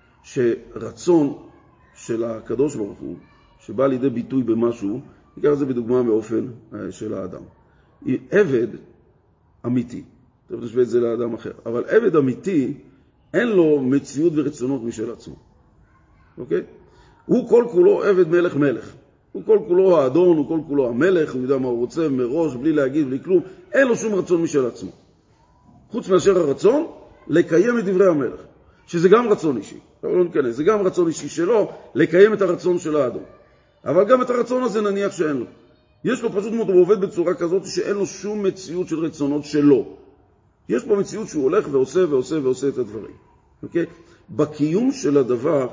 שרצון של הקדוש ברוך הוא, שבא לידי ביטוי במשהו, ניקח את זה בדוגמה מאופן של האדם. עבד אמיתי, אתה תשווה את זה לאדם אחר, אבל עבד אמיתי, אין לו מציאות ורצונות משל עצמו. אוקיי? הוא כל כולו עבד מלך מלך. הוא כל כולו האדון, הוא כל כולו המלך, הוא יודע מה הוא רוצה מראש, בלי להגיד, בלי כלום. אין לו שום רצון משל עצמו. חוץ מאשר הרצון, לקיים את דברי המלך. שזה גם רצון אישי. לא ניכנס, זה גם רצון אישי שלו, לקיים את הרצון של האדון. אבל גם את הרצון הזה נניח שאין לו. יש לו פשוט מאוד, הוא עובד בצורה כזאת שאין לו שום מציאות של רצונות שלו. יש פה מציאות שהוא הולך ועושה ועושה ועושה את הדברים. אוקיי? בקיום של הדבר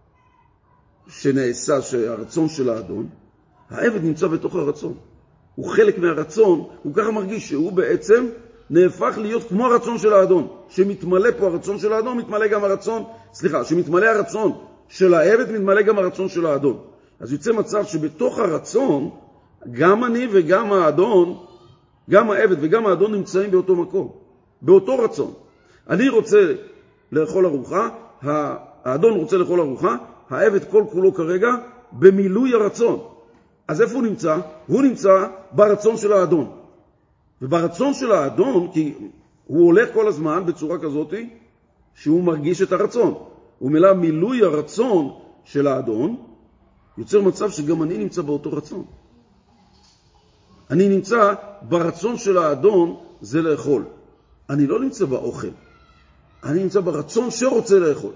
שנעשה, שהרצון של האדון, העבד נמצא בתוך הרצון. הוא חלק מהרצון, הוא ככה מרגיש שהוא בעצם נהפך להיות כמו הרצון של האדון. שמתמלא פה הרצון של האדון, מתמלא גם הרצון, שמתמלא הרצון של העבד, מתמלא גם הרצון של האדון. אז יוצא מצב שבתוך הרצון, גם אני וגם האדון, גם העבד וגם האדון נמצאים באותו מקום, באותו רצון. אני רוצה לאכול ארוחה, האדון רוצה לאכול ארוחה, העבד כל כולו כרגע במילוי הרצון. אז איפה הוא נמצא? הוא נמצא ברצון של האדון. וברצון של האדון, כי הוא הולך כל הזמן בצורה כזאת שהוא מרגיש את הרצון. הוא מילא מילוי הרצון של האדון, יוצר מצב שגם אני נמצא באותו רצון. אני נמצא ברצון של האדון, זה לאכול. אני לא נמצא באוכל. אני נמצא ברצון שרוצה לאכול.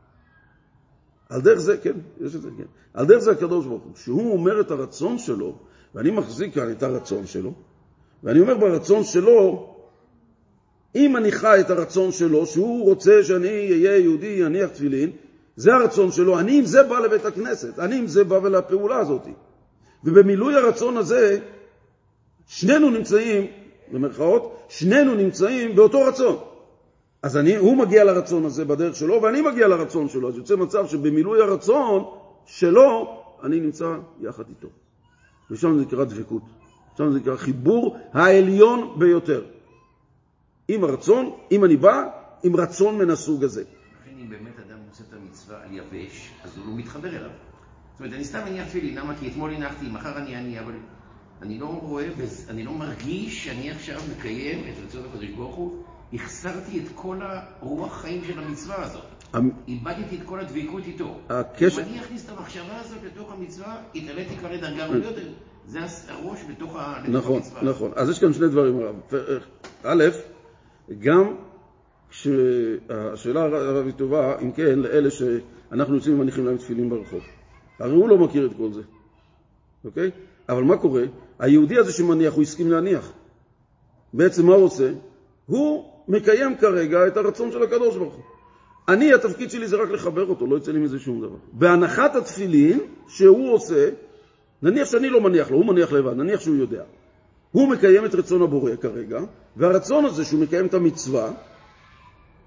על דרך זה, כן, יש את זה, כן. על דרך זה הקדוש ברוך הוא, שהוא אומר את הרצון שלו, ואני מחזיק כאן את הרצון שלו, ואני אומר ברצון שלו, אם אני חי את הרצון שלו, שהוא רוצה שאני אהיה יהודי, יניח תפילין, זה הרצון שלו, אני עם זה בא לבית הכנסת, אני עם זה בא לפעולה הזאת. ובמילוי הרצון הזה, שנינו נמצאים, במרכאות, שנינו נמצאים באותו רצון. אז הוא מגיע לרצון הזה בדרך שלו, ואני מגיע לרצון שלו. אז יוצא מצב שבמילוי הרצון שלו, אני נמצא יחד איתו. ושם זה נקרא דבקות. שם זה נקרא חיבור העליון ביותר. עם הרצון, אם אני בא, עם רצון מן הסוג הזה. לכן אם באמת אדם עושה את המצווה על יבש, אז הוא לא מתחבר אליו. זאת אומרת, אני סתם מניח תפילין, למה? כי אתמול הנחתי, מחר אני, אבל אני לא רואה, אני לא מרגיש שאני עכשיו מקיים את רצון הקדוש ברוך הוא. החסרתי את כל הרוח חיים של המצווה הזאת. איבדתי את כל הדביקות איתו. אם אני אכניס את המחשבה הזאת לתוך המצווה, התעליתי כבר לדרגה הרבה יותר. זה הראש בתוך המצווה. נכון. אז יש כאן שני דברים. א', גם כשהשאלה הרבית טובה, אם כן, לאלה שאנחנו יוצאים ומניחים להם תפילין ברחוב. הרי הוא לא מכיר את כל זה. אוקיי? אבל מה קורה? היהודי הזה שמניח, הוא הסכים להניח. בעצם מה הוא עושה? הוא מקיים כרגע את הרצון של הקדוש ברוך הוא. אני, התפקיד שלי זה רק לחבר אותו, לא יצא לי מזה שום דבר. בהנחת התפילין שהוא עושה, נניח שאני לא מניח לו, הוא מניח לבד, נניח שהוא יודע. הוא מקיים את רצון הבורא כרגע, והרצון הזה שהוא מקיים את המצווה,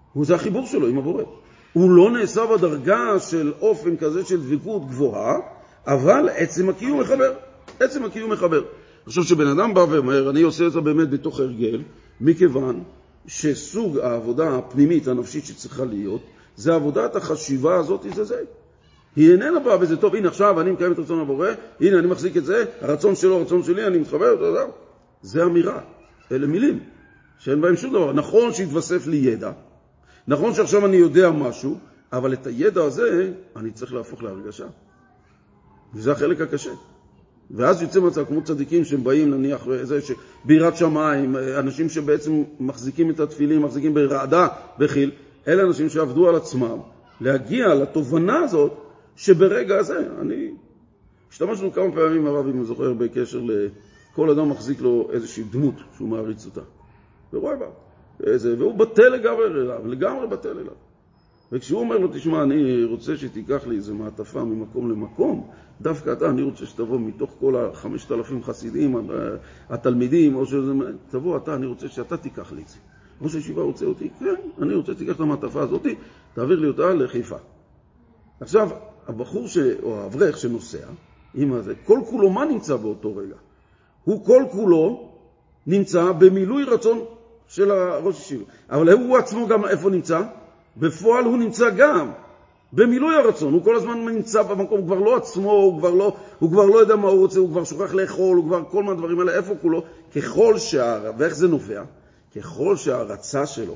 זה החיבור שלו עם הבורא. הוא לא נעשה בדרגה של אופן כזה של דבקות גבוהה, אבל עצם הקיום מחבר. עצם הקיום מחבר. עכשיו שבן אדם בא ואומר, אני עושה את זה באמת בתוך הרגל, מכיוון שסוג העבודה הפנימית הנפשית שצריכה להיות, זה עבודת החשיבה הזאת, זה. היא איננה באה בזה, טוב, הנה עכשיו אני מקיים את רצון הבורא, הנה אני מחזיק את זה, הרצון שלו, הרצון שלי, אני מתחבר, זה אמירה. אלה מילים שאין בהם שום דבר. נכון שהתווסף לי ידע, נכון שעכשיו אני יודע משהו, אבל את הידע הזה אני צריך להפוך להרגשה. וזה החלק הקשה. ואז יוצא מצב כמו צדיקים שהם באים נניח ביראת שמיים, אנשים שבעצם מחזיקים את התפילים, מחזיקים ברעדה, בחיל, אלה אנשים שעבדו על עצמם, להגיע לתובנה הזאת שברגע הזה, השתמשנו כמה פעמים הרב, אם אני זוכר, בקשר לכל אדם מחזיק לו איזושהי דמות שהוא מעריץ אותה. ורואה בה. והוא בטל לגמרי בטל אליו. וכשהוא אומר לו, תשמע, אני רוצה שתיקח לי איזו מעטפה ממקום למקום, דווקא אתה, אני רוצה שתבוא מתוך כל 5,000 חסידים, התלמידים, או שזה, תבוא אתה, אני רוצה שאתה תיקח לי את זה. ראש הישיבה רוצה אותי, כן, אני רוצה שתיקח את המעטפה הזאת, תעביר לי אותה לחיפה. עכשיו, הבחור או האברך שנוסע, כל כולו מה נמצא באותו רגע? הוא כל כולו נמצא במילוי רצון של הראש הישיבה. אבל הוא עצמו גם איפה נמצא? בפועל הוא נמצא גם במילוי הרצון. הוא כל הזמן נמצא במקום, הוא כבר לא עצמו, הוא כבר לא יודע מה הוא רוצה, הוא כבר שוכח לאכול, הוא כבר כל מהדברים האלה, איפה כולו? ואיך זה נובע? ככל שהרצה שלו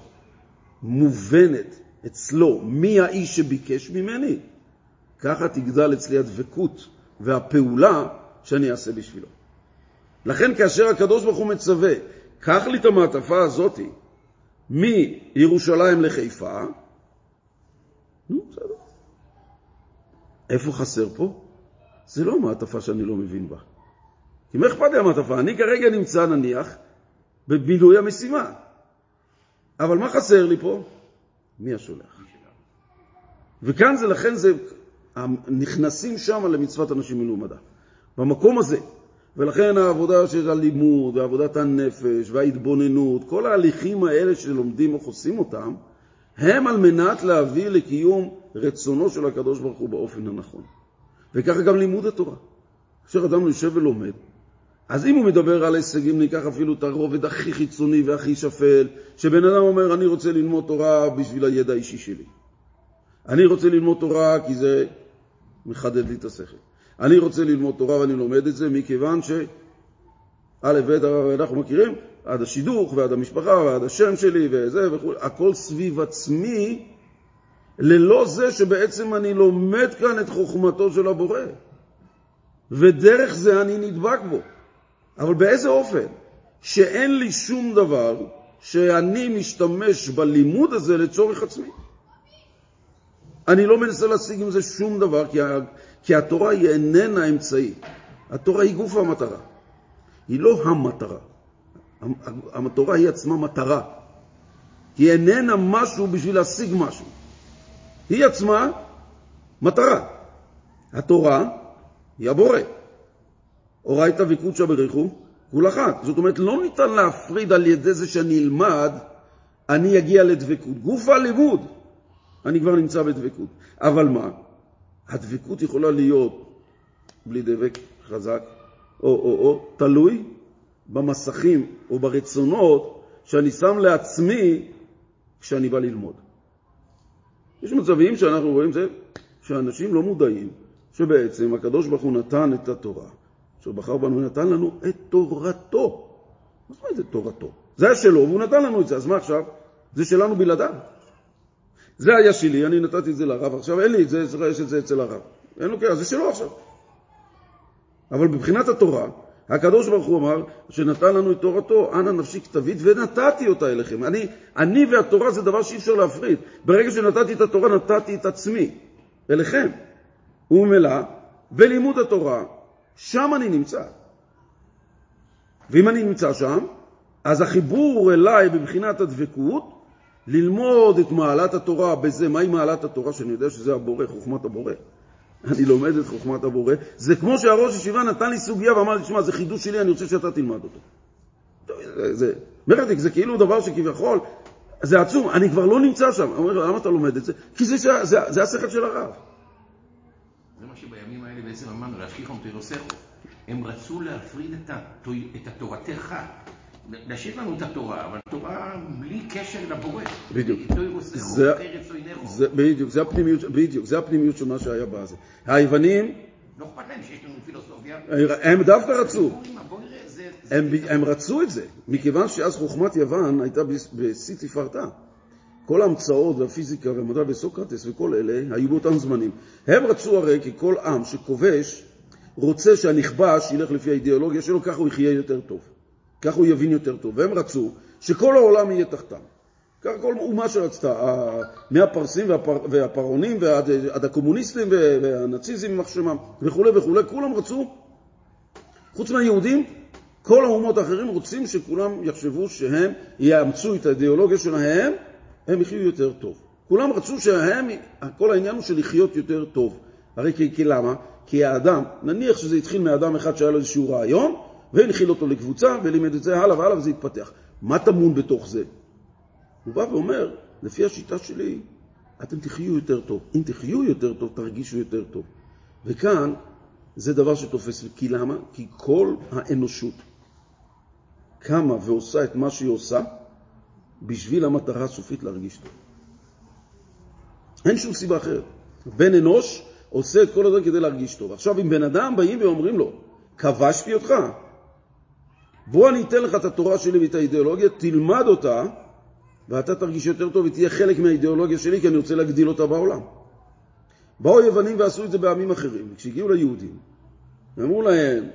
מובנת אצלו, מי האיש שביקש ממני, ככה תגדל אצלי הדבקות והפעולה שאני אעשה בשבילו. לכן כאשר הקדוש ברוך הוא מצווה, קח לי את המעטפה הזאת מירושלים לחיפה, בסדר. איפה חסר פה? זה לא מעטפה שאני לא מבין בה. כי מה אכפת לי המעטפה? אני כרגע נמצא נניח במילוי המשימה. אבל מה חסר לי פה? מי השולח? וכאן זה, לכן זה, נכנסים שם למצוות אנשים מלומדה. במקום הזה. ולכן העבודה של הלימוד, ועבודת הנפש, וההתבוננות, כל ההליכים האלה שלומדים או חוסים אותם, הם על מנת להביא לקיום רצונו של הקדוש ברוך הוא באופן הנכון. וככה גם לימוד התורה. כאשר אדם יושב ולומד, אז אם הוא מדבר על הישגים, ניקח אפילו את הרובד הכי חיצוני והכי שפל, שבן אדם אומר, אני רוצה ללמוד תורה בשביל הידע האישי שלי. אני רוצה ללמוד תורה כי זה מחדד לי את השכל. אני רוצה ללמוד תורה ואני לומד את זה מכיוון אנחנו מכירים עד השידוך ועד המשפחה ועד השם שלי וזה וכו', הכל סביב עצמי, ללא זה שבעצם אני לומד כאן את חוכמתו של הבורא. ודרך זה אני נדבק בו. אבל באיזה אופן? שאין לי שום דבר שאני משתמש בלימוד הזה לצורך עצמי. אני לא מנסה להשיג עם זה שום דבר, כי התורה היא איננה אמצעי. התורה היא גוף המטרה. היא לא המטרה. התורה היא עצמה מטרה. היא איננה משהו בשביל להשיג משהו. היא עצמה מטרה. התורה היא הבורא. אורייתא וקודשא בריחו כול אחת. זאת אומרת, לא ניתן להפריד על ידי זה שאני אלמד, אני אגיע לדבקות. גוף הלימוד, אני כבר נמצא בדבקות. אבל מה? הדבקות יכולה להיות בלי דבק חזק, או תלוי במסכים או ברצונות שאני שם לעצמי כשאני בא ללמוד. יש מצבים שאנחנו רואים זה, שאנשים לא מודעים שבעצם הקדוש ברוך הוא נתן את התורה, שבחר בנו נתן לנו את תורתו. מה זאת אומרת את תורתו? זה היה שלו והוא נתן לנו את זה, אז מה עכשיו? זה שלנו בלעדיו. זה היה שלי, אני נתתי את זה לרב, עכשיו אין לי את זה, יש את זה אצל הרב. אין לו ככה, זה שלו עכשיו. אבל בבחינת התורה, הקדוש ברוך הוא אמר שנתן לנו את תורתו, אנא נפשי כתבית ונתתי אותה אליכם. אני והתורה זה דבר שאי אפשר להפריד. ברגע שנתתי את התורה, נתתי את עצמי אליכם. הוא מלא בלימוד התורה, שם אני נמצא. ואם אני נמצא שם, אז החיבור אליי בבחינת הדבקות, ללמוד את מעלת התורה בזה, מהי מעלת התורה? שאני יודע שזה הבורא, חוכמת הבורא. אני לומד את חוכמת הבורא. זה כמו שהראש ישיבה נתן לי סוגיה ואמר לי, תשמע, זה חידוש שלי, אני רוצה שאתה תלמד אותו. זה מרתק, זה כאילו דבר שכביכול, זה עצום, אני כבר לא נמצא שם. הוא אומר לו, למה אתה לומד את זה? כי זה השכל של הרב. זה מה שבימים האלה בעצם אמרנו, להשכיחם תירוסכו. הם רצו להפריד את התורתך. להשאיר לנו את התורה, אבל תורה בלי קשר לבורא. בדיוק. בדיוק, זה הפנימיות של מה שהיה בזה. היוונים, לא אכפת להם שיש לנו פילוסופיה. הם דווקא רצו. הם רצו את זה, מכיוון שאז חוכמת יוון הייתה בשיא תפארתה. כל ההמצאות והפיזיקה והמדע וסוקרטס וכל אלה היו באותם זמנים. הם רצו הרי כי כל עם שכובש רוצה שהנכבש ילך לפי האידיאולוגיה שלו, ככה הוא יחיה יותר טוב. ככה הוא יבין יותר טוב. והם רצו שכל העולם יהיה תחתם. ככה כל אומה שרצתה, מהפרסים והפרעונים ועד הקומוניסטים והנאציזם מחשמם וכו' וכו', כולם רצו, חוץ מהיהודים, כל האומות האחרים רוצים שכולם יחשבו שהם יאמצו את האידיאולוגיה שלהם, הם יחיו יותר טוב. כולם רצו שהם, כל העניין הוא של לחיות יותר טוב. הרי כי למה? כי האדם, נניח שזה התחיל מאדם אחד שהיה לו איזשהו רעיון, והנחיל אותו לקבוצה ולימד את זה הלאה והלאה וזה התפתח. מה תמון בתוך זה? הוא בא ואומר, לפי השיטה שלי, אתם תחיו יותר טוב. אם תחיו יותר טוב, תרגישו יותר טוב. וכאן, זה דבר שתופס. כי למה? כי כל האנושות קמה ועושה את מה שהיא עושה, בשביל המטרה הסופית להרגיש טוב. אין שום סיבה אחרת. בן אנוש עושה את כל הדבר כדי להרגיש טוב. עכשיו, אם בן אדם באים ואומרים לו, כבשתי אותך, בוא אני אתן לך את התורה שלי ואת האידיאולוגיה, תלמד אותה, ואתה תרגיש יותר טוב ותהיה חלק מהאידיאולוגיה שלי, כי אני רוצה להגדיל אותה בעולם. באו יוונים ועשו את זה בעמים אחרים, וכשהגיעו ליהודים, אמרו להם,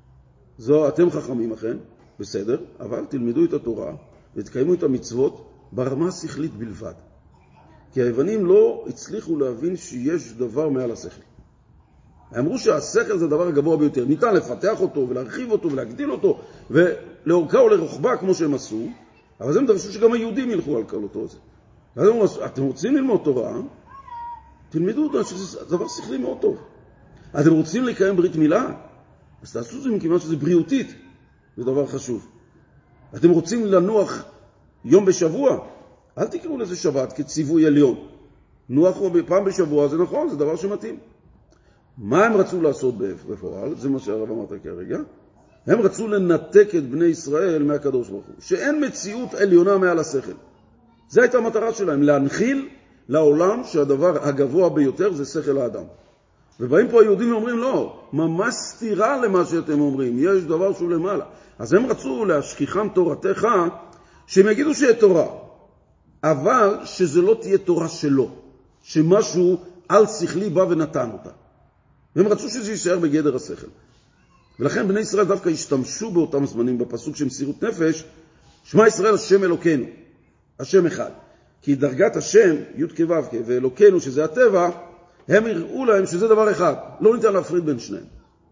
אתם חכמים אכן, בסדר, אבל תלמדו את התורה, ותקיימו את המצוות ברמה השכלית בלבד. כי היוונים לא הצליחו להבין שיש דבר מעל השכל. אמרו שהשכל זה הדבר הגבוה ביותר. ניתן לפתח אותו ולהרחיב אותו ולהגדיל אותו, ולאורכה או לרוחבה כמו שהם עשו, אבל זה מדרשו שגם היהודים ילכו על כל אותו הזה. אז הם אמרו, אתם רוצים ללמוד תורה, תלמדו אותה שזה דבר שכלי מאוד טוב. אתם רוצים לקיים ברית מילה? אז תעשו את זה מכיוון שזה בריאותית. זה דבר חשוב. אתם רוצים לנוח יום בשבוע? אל תקראו לזה שבת כציווי עליון. נוח פעם בשבוע זה נכון, זה דבר שמתאים. מה הם רצו לעשות בפועל? זה מה שהרב אמרת כרגע. הם רצו לנתק את בני ישראל מהקדוש ברוך הוא. שאין מציאות עליונה מעל השכל. זו הייתה המטרה שלהם, להנחיל לעולם שהדבר הגבוה ביותר זה שכל האדם. ובאים פה היהודים ואומרים, לא, ממש סתירה למה שאתם אומרים, יש דבר שהוא למעלה. אז הם רצו להשכיחם תורתך, שהם יגידו שיהיה תורה, אבל שזה לא תהיה תורה שלו, שמשהו על שכלי בא ונתן אותה. והם רצו שזה יישאר בגדר השכל. ולכן בני ישראל דווקא השתמשו באותם זמנים בפסוק של מסירות נפש, שמע ישראל השם אלוקינו, השם אחד. כי דרגת השם, י' כ' ו' כ' ואלוקינו שזה הטבע, הם יראו להם שזה דבר אחד, לא ניתן להפריד בין שניהם.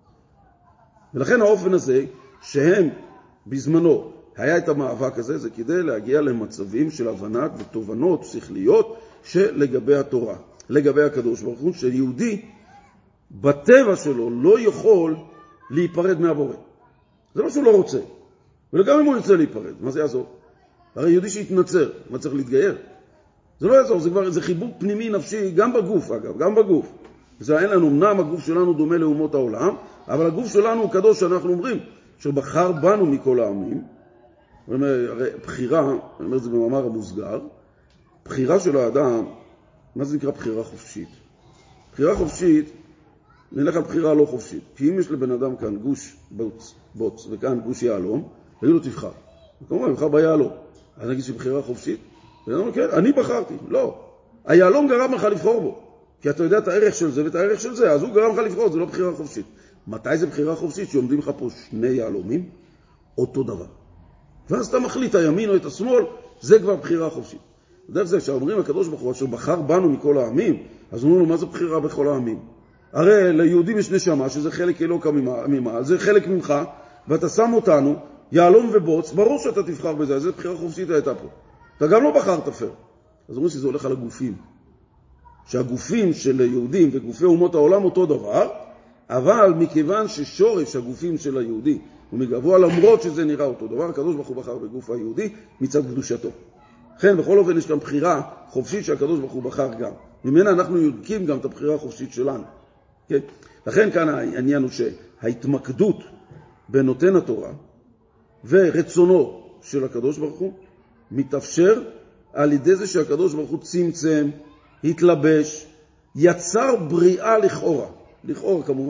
ולכן האופן הזה, שהם בזמנו היה את המאבק הזה, זה כדי להגיע למצבים של הבנת ותובנות שכליות שלגבי התורה, לגבי הקדוש ברוך הוא, שיהודי בטבע שלו לא יכול להיפרד מהבורא. זה לא שהוא לא רוצה. וגם אם הוא ירצה להיפרד, מה זה יעזור? הרי יהודי שהתנצר, מה צריך להתגייר? זה לא יעזור, זה חיבור פנימי נפשי, גם בגוף אגב, גם בגוף. זה אין לנו, אמנם הגוף שלנו דומה לאומות העולם, אבל הגוף שלנו הוא קדוש, שאנחנו אומרים, שבחר בנו מכל העמים. הרי בחירה, אני אומר את זה במאמר המוסגר, בחירה של האדם, מה זה נקרא בחירה חופשית? בחירה חופשית, נלך על בחירה לא חופשית. כי אם יש לבן אדם כאן גוש בוץ וכאן גוש יעלום, תגיד לו תבחר. וכמובן, בבחר ביעלום. אז נגיד שבחירה חופשית, ואומרים, כן, אני בחרתי. לא. היעלום גרם לך לבחור בו. כי אתה יודע את הערך של זה ואת הערך של זה, אז הוא גרם לך לבחור, זה לא בחירה חופשית. מתי זה בחירה חופשית? שעומדים לך פה שני יעלומים, אותו דבר. ואז אתה מחליט, הימין או את השמאל, זה כבר בחירה חופשית. בדרך זה, כשאומרים הקדוש ברוך הוא, אשר בחר בנו מכל העמים, אז אומרים לו, מה זה בחירה בכל העמים? הרי ליהודים יש נשמה, שזה חלק אלוקה ממעל, זה חלק ממך, ואתה שם אותנו, יעלום ובוץ, ברור שאתה תבחר בזה, זה בחירה חופשית הייתה פה. אתה גם לא בחרת אפשר. אז אומרים שזה הולך על הגופים. שהגופים של יהודים וגופי אומות העולם אותו דבר, אבל מכיוון ששורש הגופים של היהודי הוא מגבוה למרות שזה נראה אותו דבר, הקדוש ברוך הוא בחר בגוף היהודי מצד קדושתו. לכן בכל אופן יש כאן בחירה חופשית שהקדוש ברוך הוא בחר גם. ממנה אנחנו יורקים גם את הבחירה החופשית שלנו. כן? לכן כאן העניין הוא שההתמקדות בנותן התורה ורצונו של הקדוש ברוך הוא מתאפשר על ידי זה שהקדוש ברוך הוא צמצם, התלבש, יצר בריאה לכאורה. לכאורה כמובן,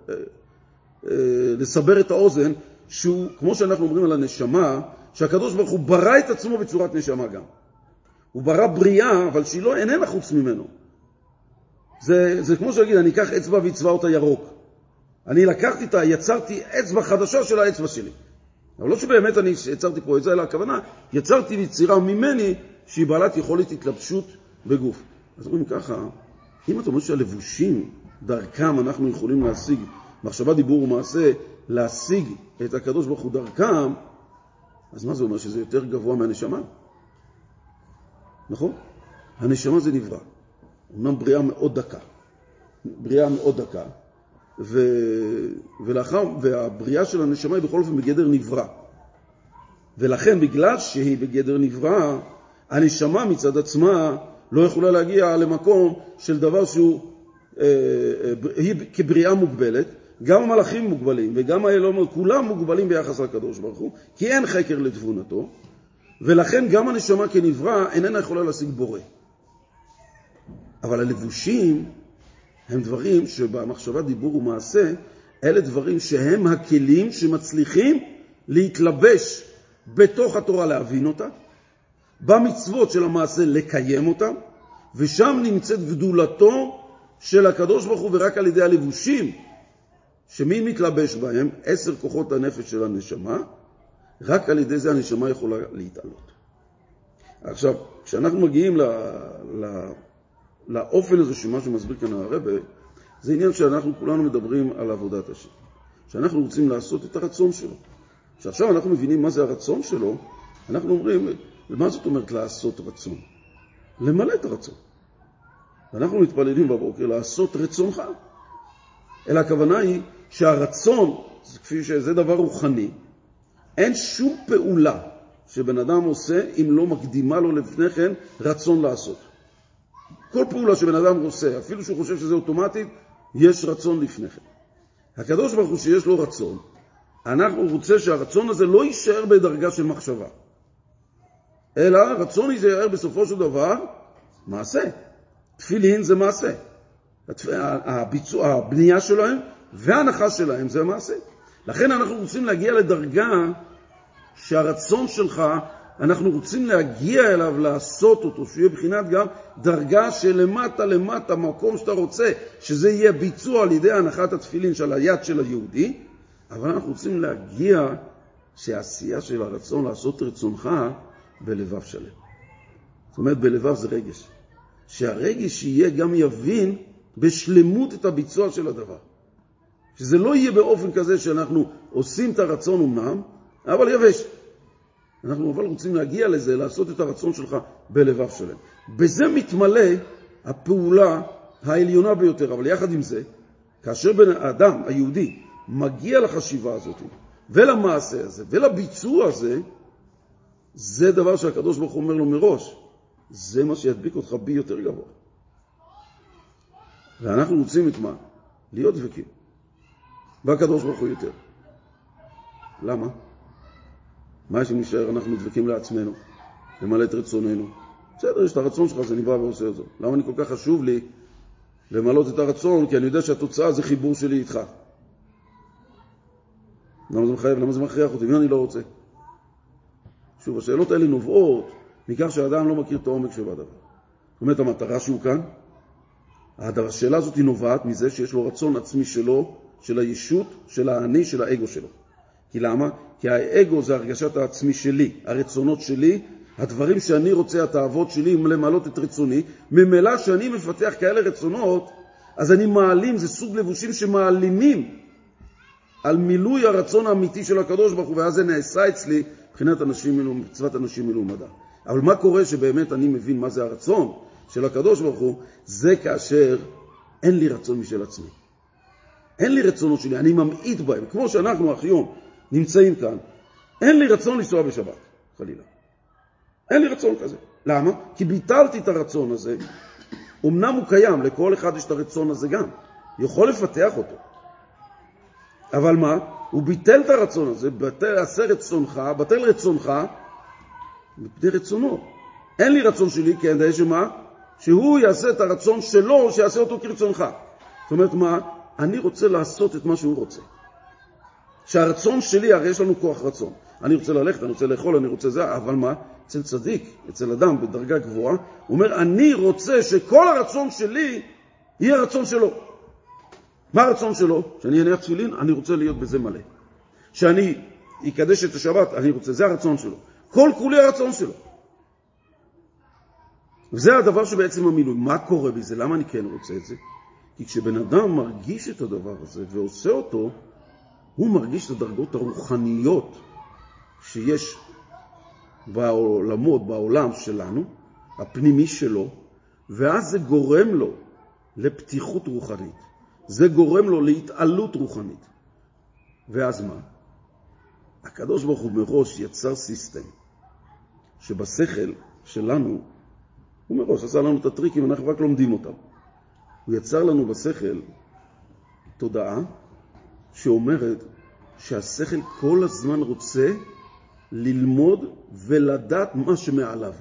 לסבר את האוזן, שהוא, כמו שאנחנו אומרים על הנשמה, שהקדוש ברוך הוא ברא את עצמו בצורת נשמה גם. הוא ברא בריאה, אבל שהיא לא איננה חוץ ממנו. זה כמו שאגיד, אני אקח אצבע ויצבע אותה ירוק. אני לקחתי יצרתי אצבע חדשה של האצבע שלי. אבל לא שבאמת אני יצרתי פה את זה, אלא הכוונה, יצרתי יצירה ממני שהיא בעלת יכולת התלבשות בגוף. אז אומרים ככה, אם אתה אומר שהלבושים דרכם אנחנו יכולים להשיג, מחשבה, דיבור ומעשה, להשיג את הקדוש ברוך הוא דרכם, אז מה זה אומר? שזה יותר גבוה מהנשמה? נכון? הנשמה זה נברא. אומנם בריאה מאוד דקה. בריאה מאוד דקה. והבריאה של הנשמה היא בכל אופן בגדר נברא. ולכן בגלל שהיא בגדר נברא, הנשמה מצד עצמה לא יכולה להגיע למקום של דבר שהוא, היא כבריאה מוגבלת, גם המלאכים מוגבלים וגם האלוהים, כולם מוגבלים ביחס לקדוש ברוך הוא, כי אין חקר לתבונתו, ולכן גם הנשמה כנברא איננה יכולה להשיג בורא. אבל הלבושים הם דברים שבמחשבה, דיבור ומעשה, אלה דברים שהם הכלים שמצליחים להתלבש בתוך התורה, להבין אותה, במצוות של המעשה לקיים אותם, ושם נמצאת גדולתו של הקדוש ברוך הוא, ורק על ידי הלבושים שמי מתלבש בהם, 10 כוחות הנפש של הנשמה, רק על ידי זה הנשמה יכולה להתעלות. עכשיו, כשאנחנו מגיעים לאופן הזה שמה שמסביר כאן הרב, זה עניין שאנחנו כולנו מדברים על עבודת השם. שאנחנו רוצים לעשות את הרצון שלו. שעכשיו אנחנו מבינים מה זה הרצון שלו, אנחנו אומרים, מה זאת אומרת לעשות רצון? למלא את הרצון. ואנחנו מתפללים בבוקר לעשות רצונך. אלא הכוונה היא שהרצון, כפי שזה דבר רוחני, אין שום פעולה שבן אדם עושה אם לא מקדימה לו לפני כן רצון לעשות. כל פעולה שבן אדם עושה, אפילו שהוא חושב שזה אוטומטית, יש רצון לפני כן. הקדוש ברוך הוא שיש לו רצון, אנחנו רוצה שהרצון הזה לא יישאר בדרגה של מחשבה, אלא רצון יישאר בסופו של דבר מעשה. תפילין זה מעשה. הבנייה שלהם וההנחה שלהם זה מעשה. לכן אנחנו רוצים להגיע לדרגה שהרצון שלך, אנחנו רוצים להגיע אליו, לעשות אותו, שיהיה בחינת גם דרגה שלמטה למטה, מקום שאתה רוצה, שזה יהיה ביצוע על ידי הנחת התפילין של היד של היהודי, אבל אנחנו רוצים להגיע שהעשייה של הרצון לעשות רצונך בלבב שלם. זאת אומרת, בלבב זה רגש. שהרגש יהיה גם יבין בשלמות את הביצוע של הדבר. שזה לא יהיה באופן כזה שאנחנו עושים את הרצון אומנם, אבל יבש. אנחנו אבל רוצים להגיע לזה, לעשות את הרצון שלך בלבב שלם. בזה מתמלא הפעולה העליונה ביותר. אבל יחד עם זה, כאשר בן האדם, היהודי, מגיע לחשיבה הזאת, ולמעשה הזה, ולביצוע הזה, זה דבר שהקדוש ברוך הוא אומר לו מראש. זה מה שידביק אותך בי יותר גבוה. ואנחנו רוצים את מה? להיות דבקים. והקדוש ברוך הוא יותר. למה? מה שנשאר? אנחנו דבקים לעצמנו, למלא את רצוננו. בסדר, יש את הרצון שלך, זה נברא ועושה את זה. למה אני כל כך חשוב לי למלות את הרצון? כי אני יודע שהתוצאה זה חיבור שלי איתך. למה זה מחייב? למה זה מכריח אותי? מי אני לא רוצה? שוב, השאלות האלה נובעות מכך שהאדם לא מכיר את העומק שבדבר. זאת אומרת, המטרה שהוא כאן, השאלה הזאת היא נובעת מזה שיש לו רצון עצמי שלו, של הישות, של האני, של האגו שלו. כי למה? כי האגו זה הרגשת העצמי שלי, הרצונות שלי, הדברים שאני רוצה, התאוות שלי, למעלות את רצוני. ממילא שאני מפתח כאלה רצונות, אז אני מעלים, זה סוג לבושים שמעלימים על מילוי הרצון האמיתי של הקדוש ברוך הוא, ואז זה נעשה אצלי מבחינת אנשים, מצוות אנשים מלומדה. אבל מה קורה שבאמת אני מבין מה זה הרצון של הקדוש ברוך הוא? זה כאשר אין לי רצון משל עצמי. אין לי רצונות שלי, אני ממעיט בהם. כמו שאנחנו היום נמצאים כאן, אין לי רצון לנסוע בשבת, חלילה. אין לי רצון כזה. למה? כי ביטלתי את הרצון הזה. אמנם הוא קיים, לכל אחד יש את הרצון הזה גם. יכול לפתח אותו. אבל מה? הוא ביטל את הרצון הזה, עשה רצונך, בטל רצונך, מפני רצונו. אין לי רצון שלי, כי אני יודע שמה? שהוא יעשה את הרצון שלו, שיעשה אותו כרצונך. זאת אומרת מה? אני רוצה לעשות את מה שהוא רוצה. שהרצון שלי, הרי יש לנו כוח רצון. אני רוצה ללכת, אני רוצה לאכול, אני רוצה זה, אבל מה? אצל צדיק, אצל אדם בדרגה גבוהה, הוא אומר, אני רוצה שכל הרצון שלי יהיה רצון שלו. מה הרצון שלו? שאני אניח תפילין, אני רוצה להיות בזה מלא. שאני אקדש את השבת, אני רוצה, זה הרצון שלו. כל כולי הרצון שלו. וזה הדבר שבעצם המילוי. מה קורה בזה? למה אני כן רוצה את זה? כי כשבן אדם מרגיש את הדבר הזה ועושה אותו, הוא מרגיש את הדרגות הרוחניות שיש בעולמות, בעולם שלנו, הפנימי שלו, ואז זה גורם לו לפתיחות רוחנית. זה גורם לו להתעלות רוחנית. ואז מה? הקדוש ברוך הוא מראש יצר סיסטם, שבשכל שלנו, הוא מראש עשה לנו את הטריקים, אנחנו רק לומדים אותם. הוא יצר לנו בשכל תודעה שאומרת שהשכל כל הזמן רוצה ללמוד ולדעת מה שמעליו.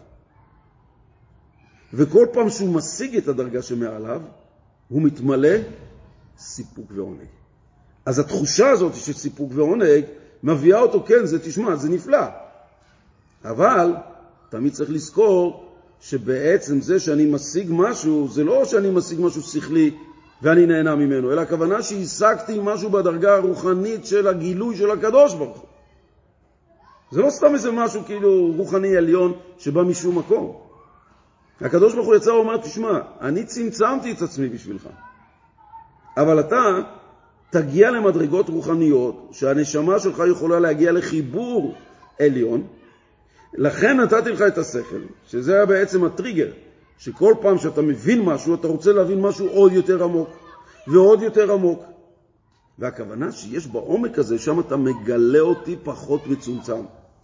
וכל פעם שהוא משיג את הדרגה שמעליו, הוא מתמלא סיפוק ועונג. אז התחושה הזאת של סיפוק ועונג מביאה אותו, כן, זה תשמע, זה נפלא. אבל תמיד צריך לזכור שבעצם זה שאני משיג משהו, זה לא שאני משיג משהו שכלי ואני נהנה ממנו, אלא הכוונה שהשגתי משהו בדרגה הרוחנית של הגילוי של הקדוש ברוך הוא. זה לא סתם איזה משהו כאילו רוחני עליון שבא משום מקום. הקדוש ברוך הוא יצא ואומר, תשמע, אני צמצמתי את עצמי בשבילך. אבל אתה תגיע למדרגות רוחניות שהנשמה שלך יכולה להגיע לחיבור עליון. לכן נתתי לך את השכל, שזה היה בעצם הטריגר, שכל פעם שאתה מבין משהו, אתה רוצה להבין משהו עוד יותר עמוק, ועוד יותר עמוק. והכוונה שיש בעומק הזה, שם אתה מגלה אותי פחות מצומצם.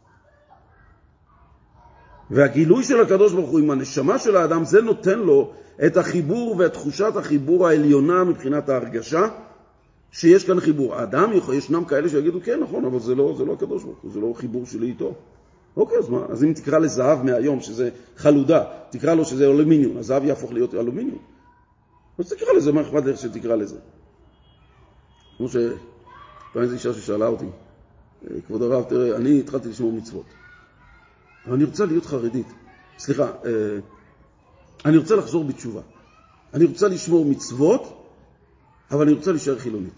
והגילוי של הקדוש ברוך הוא עם הנשמה של האדם, זה נותן לו את החיבור ואת תחושת החיבור העליונה מבחינת ההרגשה, שיש כאן חיבור. האדם, ישנם כאלה שיגידו, כן, נכון, אבל זה לא הקדוש ברוך הוא, זה לא חיבור שלי איתו. אוקיי, אז מה? אז אם תקרא לזהב מהיום, שזה חלודה, תקרא לו שזה אלומיניום, הזהב יהפוך להיות אלומיניום. אז תקרא לזה, מה אכפת לך שתקרא לזה? כמו פעם איזו אישה ששאלה אותי, כבוד הרב, תראה, אני התחלתי לשמור מצוות. אבל אני רוצה להיות חרדית. סליחה, אני רוצה לחזור בתשובה. אני רוצה לשמור מצוות, אבל אני רוצה להישאר חילונית.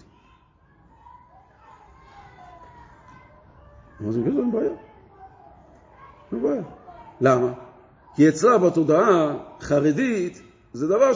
אז אני אין בעיה. אין בעיה. למה? כי אצלה בתודעה חרדית זה דבר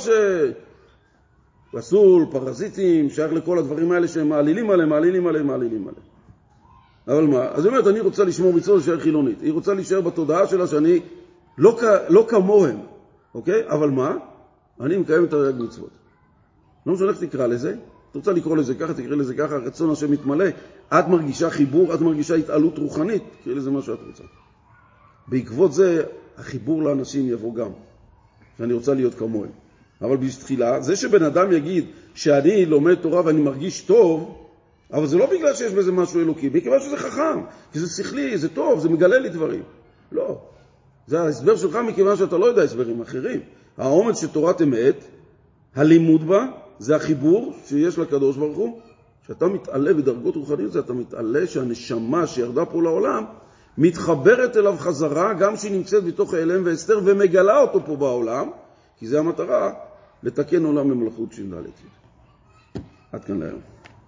פסול, פרזיטים, שייך לכל הדברים האלה שהם מעלילים עליהם. אבל מה? אז היא אומרת, אני רוצה לשמור מצוות להישאר חילונית. היא רוצה להישאר בתודעה שלה שאני לא כמוהם. אוקיי? אבל מה? אני מקיים את הרג מצוות. לא משנה איך תקרא לזה. את רוצה לקרוא לזה ככה, תקרא לזה ככה, רצון השם מתמלא. את מרגישה חיבור, את מרגישה התעלות רוחנית. תקרא לזה מה שאת רוצה. בעקבות זה, החיבור לאנשים יבוא גם. שאני רוצה להיות כמוהם. אבל בתחילה, זה שבן אדם יגיד שאני לומד תורה ואני מרגיש טוב, אבל זה לא בגלל שיש בזה משהו אלוקי, מכיוון שזה חכם, כי זה שכלי, זה טוב, זה מגלה לי דברים. לא. זה ההסבר שלך מכיוון שאתה לא יודע הסברים אחרים. העומד שתורת אמת, הלימוד בה, זה החיבור שיש לקדוש ברוך הוא. שאתה מתעלה בדרגות רוחניות, אתה מתעלה שהנשמה שירדה פה לעולם, מתחברת אליו חזרה, גם שהיא נמצאת בתוך העלם והסתר, ומגלה אותו פה בעולם, כי זה המטרה, לתקן עולם במלכות ש"ד. עד כאן להיום.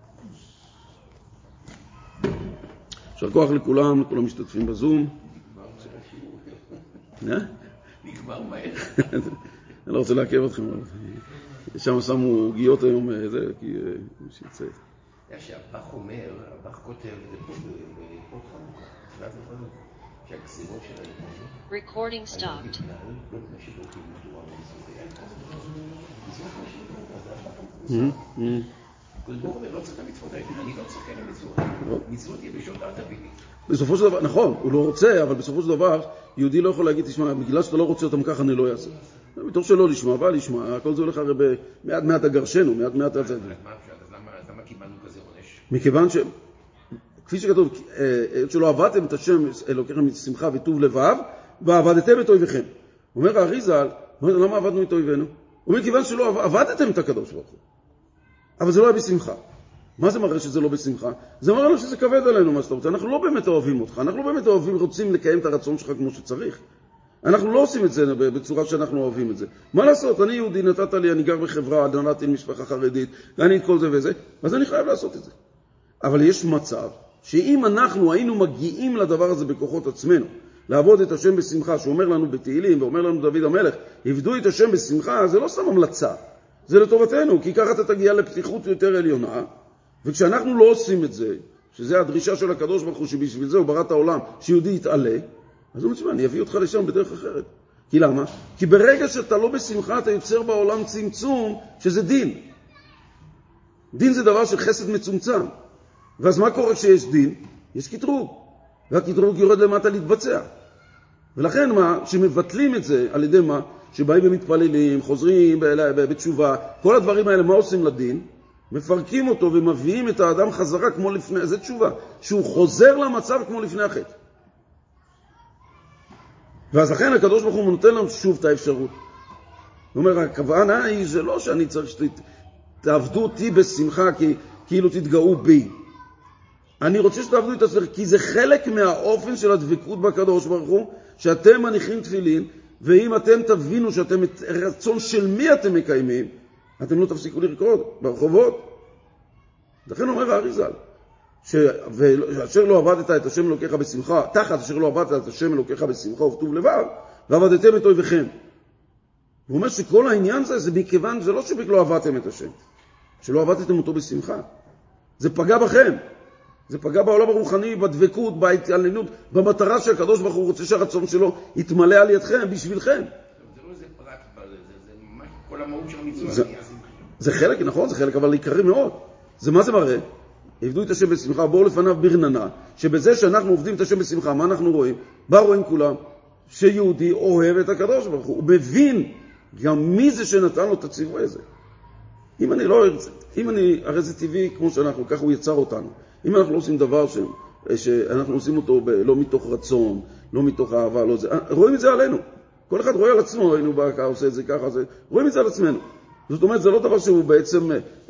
יישר כוח לכולם, לכל המשתתפים בזום. נגמר מהר. אני לא רוצה לעכב אתכם. שם שמו עוגיות היום, כי שיצא. אתה יודע שהבח אומר, הבח כותב, זה פה בפות חנוכה, תפילת חנוכה, שהגזירות של האלוהים, Recording stopped. לא כמו שבוקים מדורה ומצוותיה, זה כמו שבוקים, זה הבח. קודם כל אומר, לא צריך את המצוות האלה, אני לא צריך כאלה מצוות. מצוות יבשות אל תביא לי. בסופו של דבר, נכון, הוא לא רוצה, אבל בסופו של דבר, יהודי לא יכול להגיד, תשמע, בגלל שאתה לא רוצה אותם ככה, אני לא אעשה. מתוך שלא לשמוע, אבל לשמוע, הכל זה הולך הרי מעט הגרשנו, מעט אז למה קיבלנו כזה עונש? מכיוון ש... כפי שכתוב, שלא עבדתם את השם אלוקיכם משמחה וטוב לבב, ועבדתם את אויביכם. אומר האריז"ל, למה עבדנו את אויבינו? הוא אומר, כיוון שלא עבדתם את הקדוש ברוך הוא. אבל זה לא היה בשמחה. מה זה מראה שזה לא בשמחה? זה מראה לנו שזה כבד עלינו מה שאתה רוצה. אנחנו לא באמת אוהבים אותך, אנחנו לא באמת רוצים לקיים את הרצון שלך כמו שצריך. אנחנו לא עושים את זה בצורה שאנחנו אוהבים את זה. מה לעשות? אני יהודי, נתת לי, אני גר בחברה, נולדתי עם משפחה חרדית, ואני את כל זה וזה, אז אני חייב לעשות את זה. אבל יש מצב שאם אנחנו היינו מגיעים לדבר הזה בכוחות עצמנו, לעבוד את השם בשמחה, שאומר לנו בתהילים, ואומר לנו דוד המלך, עבדו את השם בשמחה, זה לא סתם המלצה, זה לטובתנו, כי ככה אתה תגיע לפתיחות יותר עליונה, וכשאנחנו לא עושים את זה, שזה הדרישה של הקדוש ברוך הוא, שבשביל זה הוא ברא את העולם, שיהודי יתעלה, אז הוא אומר, אני אביא אותך לשם בדרך אחרת. כי למה? כי ברגע שאתה לא בשמחה, אתה יוצר בעולם צמצום, שזה דין. דין זה דבר של חסד מצומצם. ואז מה קורה כשיש דין? יש קטרוג. והקטרוג יורד למטה להתבצע. ולכן מה? שמבטלים את זה על ידי מה? שבאים ומתפללים, חוזרים בתשובה, כל הדברים האלה, מה עושים לדין? מפרקים אותו ומביאים את האדם חזרה כמו לפני, זה תשובה, שהוא חוזר למצב כמו לפני החטא. ואז לכן הקדוש ברוך הוא נותן לנו שוב את האפשרות. הוא אומר, הכוונה היא, זה לא שאני צריך שתעבדו אותי בשמחה, כאילו תתגאו בי. אני רוצה שתעבדו את עצמך, כי זה חלק מהאופן של הדבקות בקדוש ברוך הוא, שאתם מניחים תפילין, ואם אתם תבינו שאתם את רצון של מי אתם מקיימים, אתם לא תפסיקו לרקוד ברחובות. לכן אומר האריז"ל, שאשר לא עבדת את השם אלוקיך בשמחה, תחת אשר לא עבדת את השם אלוקיך בשמחה ובטוב לבב, ועבדתם את אויביכם. הוא אומר שכל העניין זה מכיוון, זה לא שלא עבדתם את השם, שלא עבדתם אותו בשמחה. זה פגע בכם. זה פגע בעולם הרוחני, בדבקות, בהתעללות, במטרה שהקדוש ברוך הוא רוצה שהרצון שלו יתמלא על ידכם, בשבילכם. זה לא איזה פרט, זה ממש כל המהות של המצווה. זה חלק, נכון, זה חלק, אבל עיקרי מאוד. זה מה זה מראה? עבדו את השם בשמחה, בואו לפניו ברננה, שבזה שאנחנו עובדים את השם בשמחה, מה אנחנו רואים? מה רואים כולם? שיהודי אוהב את הקדוש ברוך הוא, הוא מבין גם מי זה שנתן לו את הציווי הזה. אם אני לא ארצה, הרי זה טבעי כמו שאנחנו, ככה הוא יצר אותנו. אם אנחנו לא עושים דבר שאנחנו עושים אותו לא מתוך רצון, לא מתוך אהבה, לא זה, רואים את זה עלינו. כל אחד רואה על עצמו, היינו בא, עושה את זה ככה, רואים את זה על עצמנו. זאת אומרת, זה לא דבר שהוא בעצם,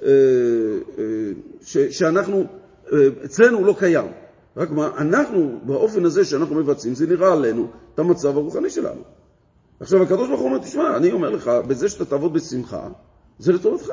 שאנחנו, אצלנו הוא לא קיים. רק מה, אנחנו, באופן הזה שאנחנו מבצעים, זה נראה עלינו את המצב הרוחני שלנו. עכשיו, הקדוש ברוך הוא אומר, תשמע, אני אומר לך, בזה שאתה תעבוד בשמחה, זה לטובתך.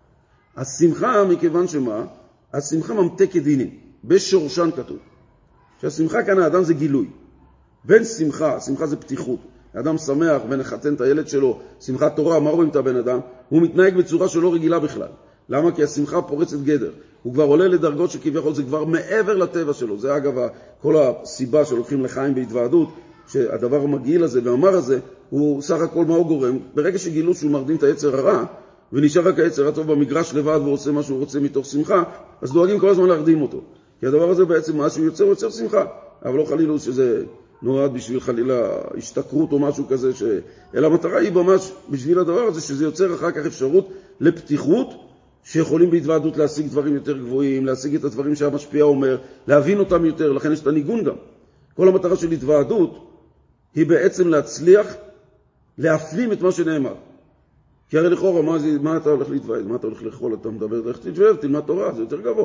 השמחה, מכיוון שמה? השמחה ממתקת דינים. בשורשן כתוב. שהשמחה כאן האדם זה גילוי. בין שמחה, שמחה זה פתיחות. האדם שמח ונחתן את הילד שלו, שמחת תורה, מה רואים את הבן אדם? הוא מתנהג בצורה שלא רגילה בכלל. למה? כי השמחה פורצת גדר. הוא כבר עולה לדרגות שכביכול זה כבר מעבר לטבע שלו. זה אגב כל הסיבה שלוקחים לחיים בהתוועדות, שהדבר המגעיל הזה והמר הזה, הוא סך הכל מה הוא גורם. ברגע שגילו שהוא מרדים את היצר הרע, ונשאר רק היצר הטוב במגרש לבד ועושה מה שהוא רוצה מתוך שמחה, אז דואגים כל הזמן להרדים אותו. כי הדבר הזה בעצם מה שהוא יוצר, הוא יוצר שמחה. אבל לא חלילה שזה נועד בשביל חלילה השתכרות או משהו כזה, אלא המטרה היא ממש בשביל הדבר הזה, שזה יוצר אחר כך אפשרות לפתיחות, שיכולים בהתוועדות להשיג דברים יותר גבוהים, להשיג את הדברים שהמשפיע אומר, להבין אותם יותר, לכן יש את הניגון גם. כל המטרה של התוועדות היא בעצם להצליח להפנים את מה שנאמר. כי הרי לכאורה, מה אתה הולך להתוועד? מה אתה הולך לאכול? אתה מדבר, איך תתוועד? תלמד תורה, זה יותר גבוה.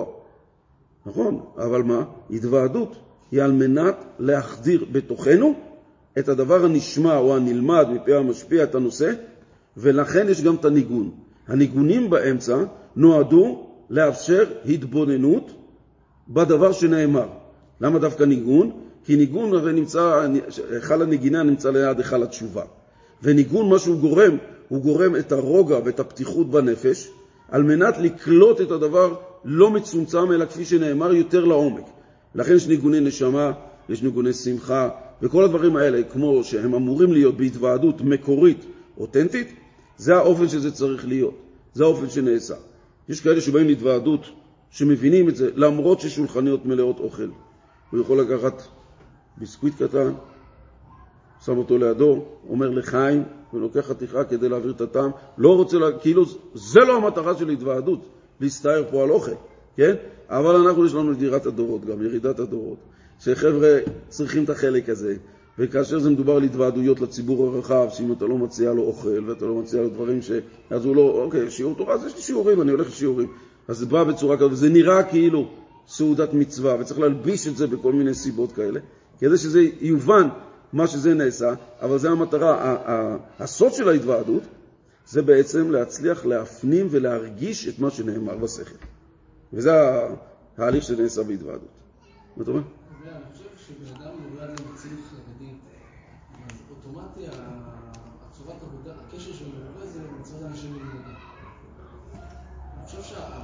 נכון, אבל מה? התוועדות היא על מנת להחדיר בתוכנו את הדבר הנשמע או הנלמד מפי המשפיע את הנושא, ולכן יש גם את הניגון. הניגונים באמצע נועדו לאפשר התבוננות בדבר שנאמר. למה דווקא ניגון? כי ניגון הרי נמצא, היכל הנגינה נמצא ליד היכל התשובה. וניגון מה שהוא גורם, הוא גורם את הרוגע ואת הפתיחות בנפש, על מנת לקלוט את הדבר לא מצומצם, אלא כפי שנאמר יותר לעומק. לכן יש ניגוני נשמה, יש ניגוני שמחה, וכל הדברים האלה, כמו שהם אמורים להיות בהתוועדות מקורית, אותנטית, זה האופן שזה צריך להיות. זה האופן שנעשה. יש כאלה שבאים להתוועדות, שמבינים את זה, למרות ששולחניות מלאות אוכל. הוא יכול לקחת ביסקוויט קטן, שם אותו לידו, אומר לחיים, ולוקח חתיכה כדי להעביר את הטעם. לא רוצה, כאילו, זה לא המטרה של התוועדות, להסתער פה על אוכל, כן? אבל אנחנו יש לנו דירת הדורות, גם ירידת הדורות, שחבר'ה צריכים את החלק הזה, וכאשר זה מדובר על התוועדויות לציבור הרחב, שאם אתה לא מציע לו אוכל, ואתה לא מציע לו דברים אז הוא לא, אוקיי, שיעור תורה, אז יש לי שיעורים, אני הולך לשיעורים. אז זה בא בצורה כזאת, וזה נראה כאילו סעודת מצווה, וצריך להלביש את זה בכל מיני סיבות כאלה, כדי שזה יובן מה שזה נעשה, אבל זה המטרה. הסוד של ההתוועדות, זה בעצם להצליח להפנים ולהרגיש את מה שנאמר בשכל. וזה ההליך שנעשה בהתוועדות. מה אתה אומר? אני חושב שבאדם נולד למציאות חרדית, אז אוטומטי הצורת עבודה, הקשר של המורה זה מצוות אנשים ללמודה. אני חושב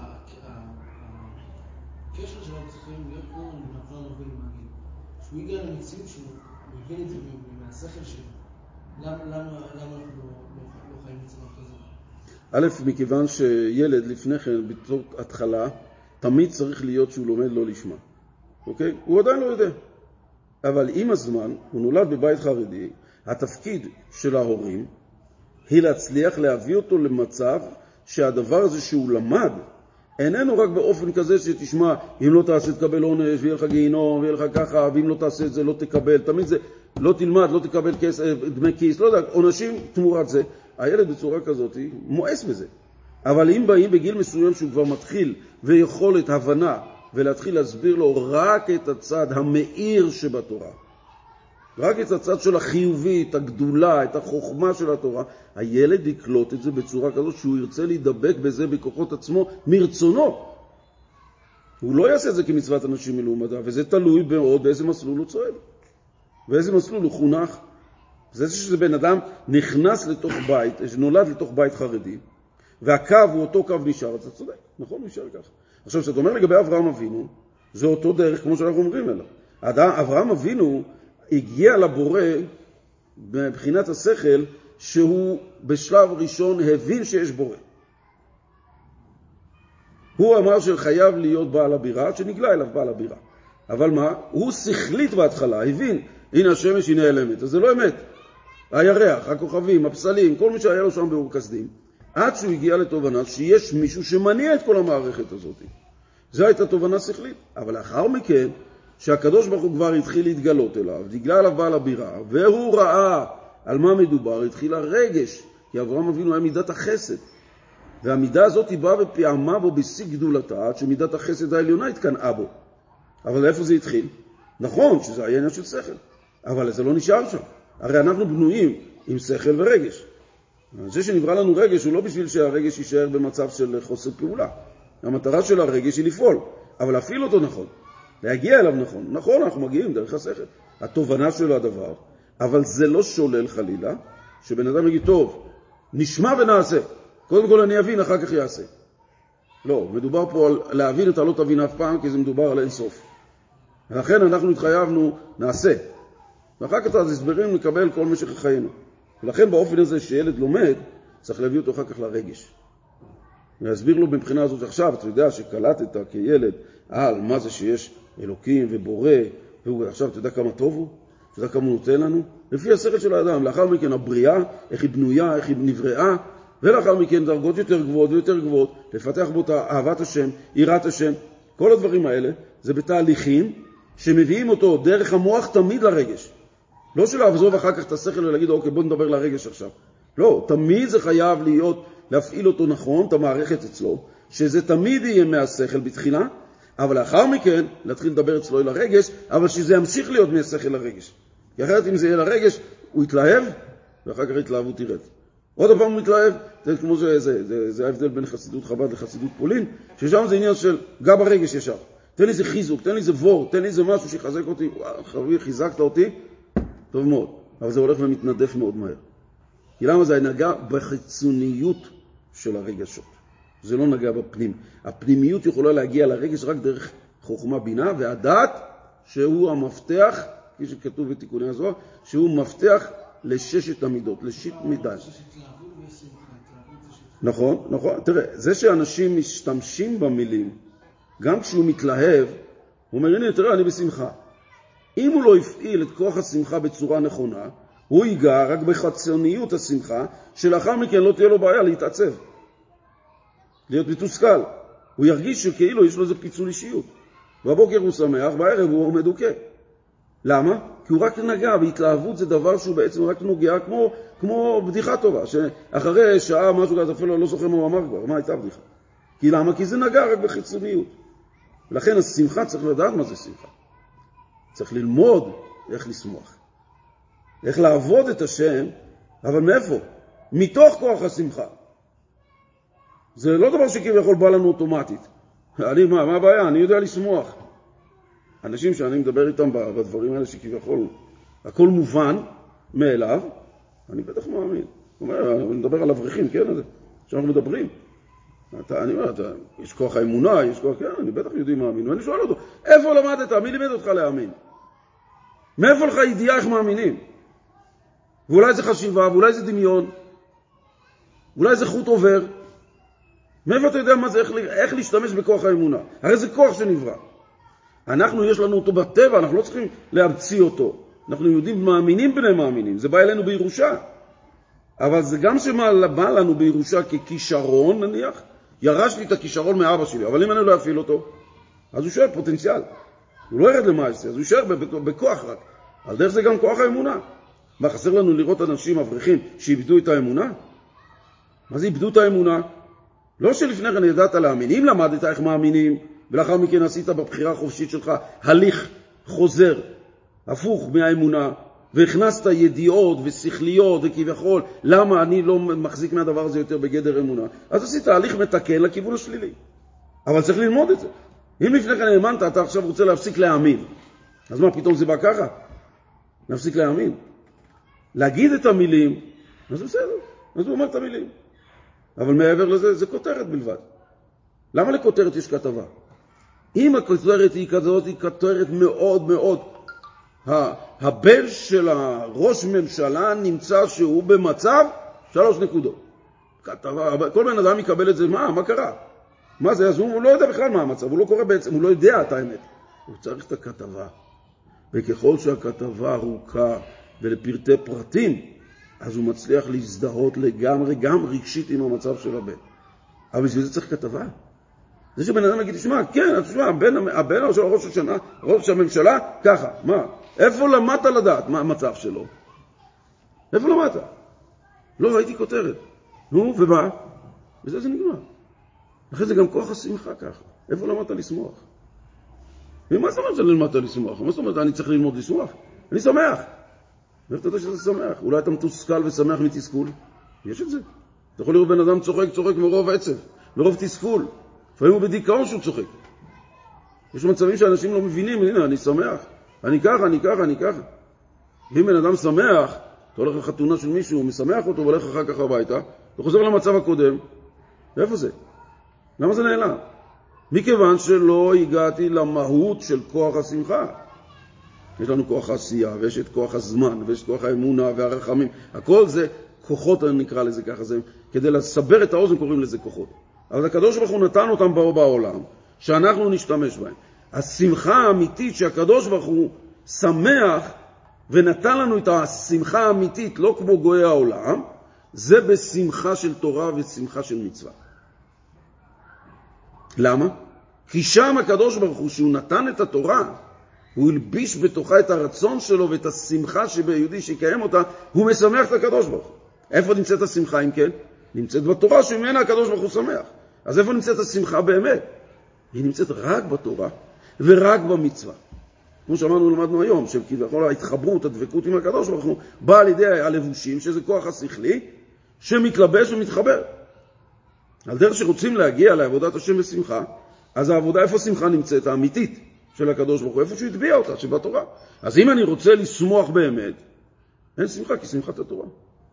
שהקשר שלנו צריכים להיות כמו אברהם אבינו מהגיל. שהוא הגיע למציאות שהוא מבין את זה מהשכל שלו. למה אנחנו לא חיים בצורה כזאת? א', מכיוון שילד לפני כן, בתור התחלה, תמיד צריך להיות שהוא לומד לא לשמה. אוקיי? הוא עדיין לא יודע. אבל עם הזמן, הוא נולד בבית חרדי, התפקיד של ההורים היא להצליח להביא אותו למצב שהדבר הזה שהוא למד, איננו רק באופן כזה שתשמע, אם לא תעשה תקבל עונש, ויהיה לך גיהינום, ויהיה לך ככה, ואם לא תעשה את זה לא תקבל, תמיד זה, לא תלמד, לא תקבל דמי כיס, לא יודע, עונשים תמורת זה. הילד בצורה כזאת מואס בזה. אבל אם באים בגיל מסוים שהוא כבר מתחיל ויכולת הבנה, ולהתחיל להסביר לו רק את הצד המאיר שבתורה, רק את הצד של החיובי, את הגדולה, את החוכמה של התורה, הילד יקלוט את זה בצורה כזאת שהוא ירצה להידבק בזה בכוחות עצמו מרצונו. הוא לא יעשה את זה כמצוות אנשים מלומדה, וזה תלוי מאוד באיזה מסלול הוא צועד, באיזה מסלול הוא חונך. זה שזה בן אדם נכנס לתוך בית, שנולד לתוך בית חרדי, והקו הוא אותו קו נשאר, אתה צודק, נכון, הוא נשאר ככה. עכשיו, שאתה אומר לגבי אברהם אבינו, זה אותו דרך כמו שאנחנו אומרים אליו. אברהם אבינו הגיע לבורא מבחינת השכל, שהוא בשלב ראשון הבין שיש בורא. הוא אמר שחייב להיות בעל הבירה, שנגלה אליו בעל הבירה. אבל מה? הוא שכלית בהתחלה, הבין, הנה השמש היא נעלמת, אז זה לא אמת. הירח, הכוכבים, הפסלים, כל מי שהיה לו שם באור כסדים, עד שהוא הגיע לתובנה שיש מישהו שמניע את כל המערכת הזאת. זו הייתה תובנה שכלית. אבל לאחר מכן, שהקדוש ברוך הוא כבר התחיל להתגלות אליו, נגלה עליו בעל הבירה, והוא ראה על מה מדובר, התחיל הרגש, כי אברהם אבינו היה מידת החסד. והמידה הזאת היא באה ופעמה בו בשיא גדולתה, עד שמידת החסד העליונה התקנאה בו. אבל איפה זה התחיל? נכון שזה היה עניין של שכל, אבל זה לא נשאר שם. הרי אנחנו בנויים עם שכל ורגש. זה שנברא לנו רגש הוא לא בשביל שהרגש יישאר במצב של חוסר פעולה. המטרה של הרגש היא לפעול, אבל להפעיל אותו נכון, להגיע אליו נכון. נכון, אנחנו מגיעים דרך השכל, התובנה של הדבר, אבל זה לא שולל חלילה, שבן אדם יגיד, טוב, נשמע ונעשה. קודם כל אני אבין, אחר כך יעשה. לא, מדובר פה על להבין, אתה לא תבין אף פעם, כי זה מדובר על אינסוף. ולכן אנחנו התחייבנו, נעשה. ואחר כך אז הסברים לקבל כל משך חיינו. ולכן באופן הזה שילד לומד, צריך להביא אותו אחר כך לרגש. להסביר לו מבחינה הזאת עכשיו, אתה יודע שקלטת כילד על מה זה שיש אלוקים ובורא, ועכשיו אתה יודע כמה טוב הוא? אתה יודע כמה הוא נותן לנו? לפי השכל של האדם. לאחר מכן הבריאה, איך היא בנויה, איך היא נבראה, ולאחר מכן דרגות יותר גבוהות ויותר גבוהות, לפתח בו את אהבת השם, יראת השם. כל הדברים האלה זה בתהליכים שמביאים אותו דרך המוח תמיד לרגש. לא שלעזוב אחר כך את השכל ולהגיד, אוקיי, בוא נדבר לרגש עכשיו. לא, תמיד זה חייב להיות, להפעיל אותו נכון, את המערכת אצלו, שזה תמיד יהיה מהשכל בתחילה, אבל לאחר מכן להתחיל לדבר אצלו אל הרגש, אבל שזה ימשיך להיות מהשכל לרגש. כי אחרת אם זה יהיה לרגש, הוא יתלהב, ואחר כך התלהבות תרד. עוד פעם הוא מתלהב, זה כמו זה ההבדל בין חסידות חב"ד לחסידות פולין, ששם זה עניין של גב הרגש ישר. תן לי זה חיזוק, תן לי זה וור, תן לי זה משהו שיחזק אותי, וואו, חביב, חיזקת אותי, טוב מאוד. אבל זה הולך ומתנדף מאוד מהר. כי למה זה נגע בחיצוניות של הרגשות? זה לא נגע בפנים. הפנימיות יכולה להגיע לרגש רק דרך חוכמה בינה, והדעת שהוא המפתח, כפי שכתוב בתיקוני הזוהר, שהוא מפתח לששת המידות, לשית מידה. נכון, נכון. תראה, זה שאנשים משתמשים במילים, גם כשהוא מתלהב, הוא אומר, הנה, תראה, אני בשמחה. אם הוא לא יפעיל את כוח השמחה בצורה נכונה, הוא ייגע רק בחצוניות השמחה, שלאחר מכן לא תהיה לו בעיה להתעצב, להיות מתוסכל. הוא ירגיש שכאילו יש לו איזה פיצול אישיות. בבוקר הוא שמח, בערב הוא מדוכא. למה? כי הוא רק נגע, בהתלהבות זה דבר שהוא בעצם רק נוגע כמו בדיחה טובה, שאחרי שעה משהו כזה אפילו לא זוכר מה הוא אמר כבר, מה הייתה בדיחה? כי למה? כי זה נגע רק בחיצוניות. ולכן השמחה צריך לדעת מה זה שמחה. צריך ללמוד איך לשמוח. איך לעבוד את השם, אבל מאיפה? מתוך כוח השמחה. זה לא דבר שכביכול בא לנו אוטומטית. מה הבעיה? אני יודע לשמוח. אנשים שאני מדבר איתם בדברים האלה שכביכול הכל מובן מאליו, אני בטח מאמין. אני מדבר על אברכים, כן? שאנחנו מדברים. אני אומר, יש כוח האמונה, יש כוח, כן, אני בטח יודעים מאמין. ואני שואל אותו, איפה למדת? מי לימד אותך להאמין? מאיפה לך ידיעה איך מאמינים? ואולי זה חשיבה, ואולי זה דמיון, ואולי זה חוט עובר. מאיפה אתה יודע מה זה, איך להשתמש בכוח האמונה? הרי זה כוח שנברא. אנחנו, יש לנו אותו בטבע, אנחנו לא צריכים להמציא אותו. אנחנו יהודים מאמינים בני מאמינים, זה בא אלינו בירושה. אבל זה גם שבא לנו בירושה ככישרון, נניח, ירשתי את הכישרון מאבא שלי, אבל אם אני לא אפעיל אותו, אז הוא שואר פוטנציאל. הוא לא ירד למעשה, אז הוא שואר בכוח רק. על דרך זה גם כוח האמונה. מה, חסר לנו לראות אנשים אברכים שאיבדו את האמונה? מה זה איבדו את האמונה? לא שלפני כן ידעת להאמין. אם למדת איך מאמינים, ולאחר מכן עשית בבחירה החופשית שלך הליך חוזר, הפוך מהאמונה, והכנסת ידיעות ושכליות וכביכול, למה אני לא מחזיק מהדבר הזה יותר בגדר אמונה? אז עשית הליך מתקן לכיוון השלילי. אבל צריך ללמוד את זה. אם לפני כן האמנת, אתה עכשיו רוצה להפסיק להאמין. אז מה, פתאום זה בא ככה? להפסיק להאמין. להגיד את המילים, אז זה בסדר. אז הוא אומר את המילים. אבל מעבר לזה, זה כותרת בלבד. למה לכותרת יש כתבה? אם הכותרת היא כזאת, היא כותרת מאוד מאוד. הבן של הראש ממשלה נמצא שהוא במצב 3 נקודות. כתבה, כל בן אדם יקבל את זה, מה קרה? מה זה? אז הוא לא יודע בכלל מה המצב, הוא לא קורא בעצם, הוא לא יודע את האמת. הוא צריך את הכתבה. וככל שהכתבה ארוכה ולפרטי פרטים, אז הוא מצליח להזדהות לגמרי, גם רגשית עם המצב של הבן. אבל בשביל זה צריך כתבה. זה שבן אדם יגיד, תשמע, כן, תשמע, הבן של ראש הממשלה, ככה, מה? איפה למדת לדעת מה המצב שלו? איפה למדת? לא ראיתי כותרת. נו, ומה? וזה זה נגמר. אחרי זה גם כוח השמחה ככה. איפה למדת לשמוח? ומה זאת אומרת שלמדת לשמוח? מה זאת אומרת, אני צריך ללמוד לשמוח? אני שמח. ואיפה אתה יודע שזה שמח? אולי אתה מתוסכל ושמח מתסכול? יש את זה. אתה יכול לראות בן אדם צוחק מרוב עצב, מרוב תסכול. לפעמים הוא בדיכאון שהוא צוחק. יש מצבים שאנשים לא מבינים, הנה, אני שמח. אני ככה. ואם בן אדם שמח, אתה הולך לחתונה של מישהו, הוא משמח אותו והולך אחר כך הביתה, אתה חוזר למצב הקודם. ואיפה זה? למה זה נעלם? מכיוון שלא הגעתי למהות של כוח השמחה. יש לנו כוח העשייה, ויש את כוח הזמן, ויש את כוח האמונה והרחמים. הכל זה כוחות, אני נקרא לזה ככה. זה, כדי לסבר את האוזן קוראים לזה כוחות. אבל הקדוש ברוך הוא נתן אותם בעולם, שאנחנו נשתמש בהם. השמחה האמיתית שהקדוש ברוך הוא שמח, ונתן לנו את השמחה האמיתית, לא כמו גוי העולם, זה בשמחה של תורה ושמחה של מצווה. למה? כי שם הקדוש ברוך הוא, שהוא נתן את התורה, הוא הלביש בתוכה את הרצון שלו ואת השמחה שביהודי שיקיים אותה, הוא משמח את הקדוש ברוך הוא. איפה נמצאת השמחה אם כן? נמצאת בתורה שממנה הקדוש ברוך הוא שמח. אז איפה נמצאת השמחה באמת? היא נמצאת רק בתורה ורק במצווה. כמו שאמרנו, למדנו היום, שכביכול ההתחברות, הדבקות עם הקדוש ברוך הוא, באה על ידי הלבושים, שזה כוח השכלי, שמתלבש ומתחבר. על דרך שרוצים להגיע לעבודת השם בשמחה, אז העבודה, איפה שמחה נמצאת? האמיתית של הקדוש ברוך הוא, איפה שהוא התביע אותה, שבתורה. אז אם אני רוצה לשמוח באמת, אין שמחה, כי שמחת התורה.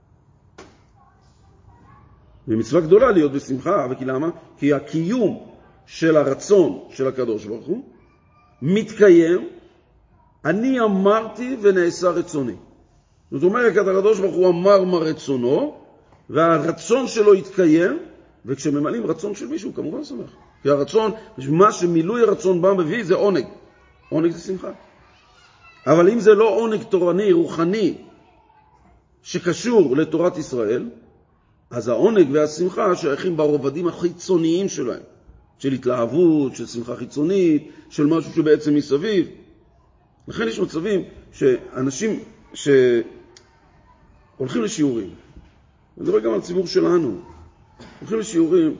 ומצווה גדולה להיות בשמחה, וכי למה? כי הקיום של הרצון של הקדוש ברוך הוא מתקיים, אני אמרתי ונעשה רצוני. זאת אומרת, הקדוש ברוך הוא אמר מה רצונו, והרצון שלו התקיים, וכשממלאים רצון של מישהו, כמובן שמח. כי הרצון, מה שמילוי הרצון בא מביא, זה עונג. עונג זה שמחה. אבל אם זה לא עונג תורני, רוחני, שקשור לתורת ישראל, אז העונג והשמחה שייכים ברובדים החיצוניים שלהם, של התלהבות, של שמחה חיצונית, של משהו שבעצם מסביב. לכן יש מצבים שאנשים שהולכים לשיעורים, אני מדבר גם על הציבור שלנו, הולכים לשיעורים,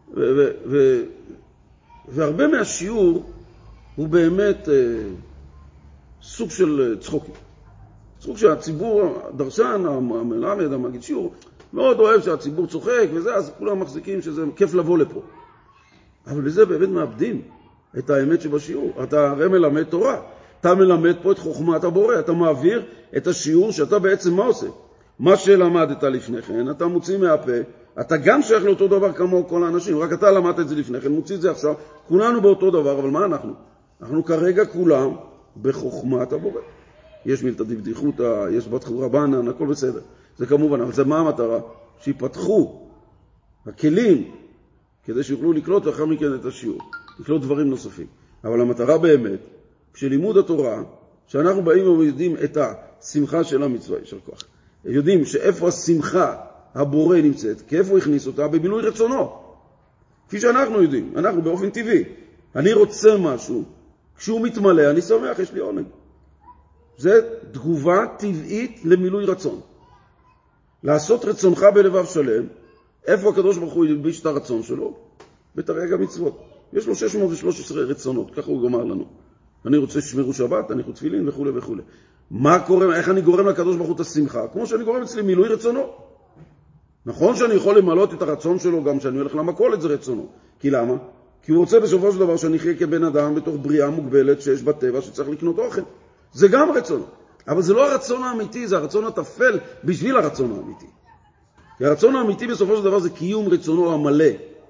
והרבה מהשיעור הוא באמת סוג של צחוקים. סוג שהציבור, הדרשן, המלמד, המגיד שיעור, מאוד אוהב שהציבור צוחק וזה, אז כולם מחזיקים שזה כיף לבוא לפה. אבל בזה באמת מאבדים את האמת שבשיעור. אתה הרי מלמד תורה. אתה מלמד פה את חוכמת הבורא. אתה מעביר את השיעור שאתה בעצם מה עושה? מה שלמדת לפני כן, אתה מוציא מהפה, אתה גם שייך לאותו דבר כמו כל האנשים, רק אתה למדת את זה לפני כן, מוציא את זה עכשיו, כולנו באותו דבר, אבל מה אנחנו? אנחנו כרגע כולם בחוכמת הבורא. יש מילתא דבדיחותא, יש בת רבנן, הכל בסדר. זה כמובן, אבל זה מה המטרה? שיפתחו הכלים כדי שיוכלו לקלוט אחר מכן את השיעור, לקלוט דברים נוספים. אבל המטרה באמת, כשלימוד התורה, שאנחנו באים ויודעים את השמחה של המצווה, ישר כוח. יודעים שאיפה השמחה הבורא נמצאת, כאיפה הוא הכניס אותה, במילוי רצונו. כפי שאנחנו יודעים, אנחנו באופן טבעי. אני רוצה משהו, כשהוא מתמלא, אני שמח, יש לי עונג. זה תגובה טבעית למילוי רצון. לעשות רצונך בלבב שלם, איפה הקדוש ברוך הוא ילביש את הרצון שלו? בתרי"ג המצוות. יש לו 613 רצונות, ככה הוא גומר לנו. אני רוצה שמירו שבת, אני רוצה תפילין וכו' וכו'. מה קורה, איך אני גורם לקדוש ברוך הוא את השמחה? כמו שאני גורם אצלי מילוי רצונו. נכון שאני יכול למלות את הרצון שלו גם כשאני הולך למכולת, זה רצונו. כי למה? כי הוא רוצה בסופו של דבר שאני אחיה כבן אדם בתוך בריאה מוגבלת שיש בטבע שצריך לקנות אוכל. זה גם רצונו. אבל זה לא הרצון האמיתי, זה הרצון הטפל בשביל הרצון האמיתי. כי הרצון האמיתי בסופו של דבר זה קיום רצונו המלא.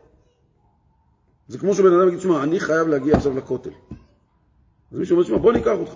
זה כמו שבן אדם יגיד, שמה, אני חייב להגיע עכשיו לכותל. אז מישהו אומר, שמה, בוא ניקח אותך.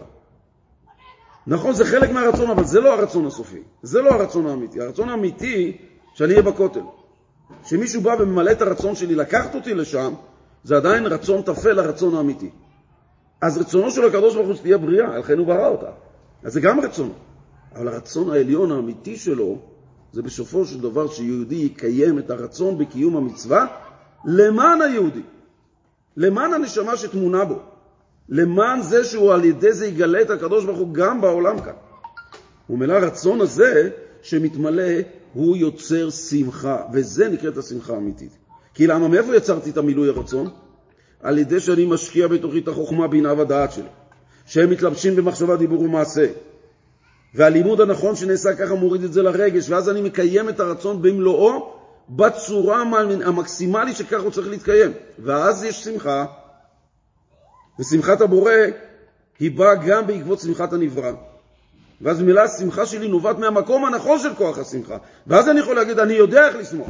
נכון, זה חלק מהרצון, אבל זה לא הרצון הסופי. זה לא הרצון האמיתי. הרצון האמיתי שאני אהיה בכותל. שמישהו בא וממלא את הרצון שלי לקחת אותי לשם, זה עדיין רצון תפל לרצון האמיתי. אז רצונו של הקדוש ברוך הוא שתהיה בריאה, לכן הוא ברא אותה. אז זה גם רצונו. אבל הרצון העליון האמיתי שלו, זה בסופו של דבר שיהודי יקיים את הרצון בקיום המצווה, למען היהודי. למען הנשמה שתמונה בו. למען זה שהוא על ידי זה יגלה את הקדוש ברוך הוא גם בעולם כאן. ומלא הרצון הזה שמתמלא, הוא יוצר שמחה, וזה נקראת השמחה האמיתית. כי למה, מאיפה יצרתי את המילוי הרצון? על ידי שאני משקיע בתוכי את החוכמה, בינה ודעת שלי, שהם מתלבשים במחשבה, דיבור ומעשה. והלימוד הנכון שנעשה ככה מוריד את זה לרגש, ואז אני מקיים את הרצון במלואו, בצורה המקסימלית שכך הוא צריך להתקיים. ואז יש שמחה, ושמחת הבורא היא באה גם בעקבות שמחת הנברא. ואז במילה השמחה שלי נובעת מהמקום הנכון של כוח השמחה. ואז אני יכול להגיד, אני יודע איך לשמוח.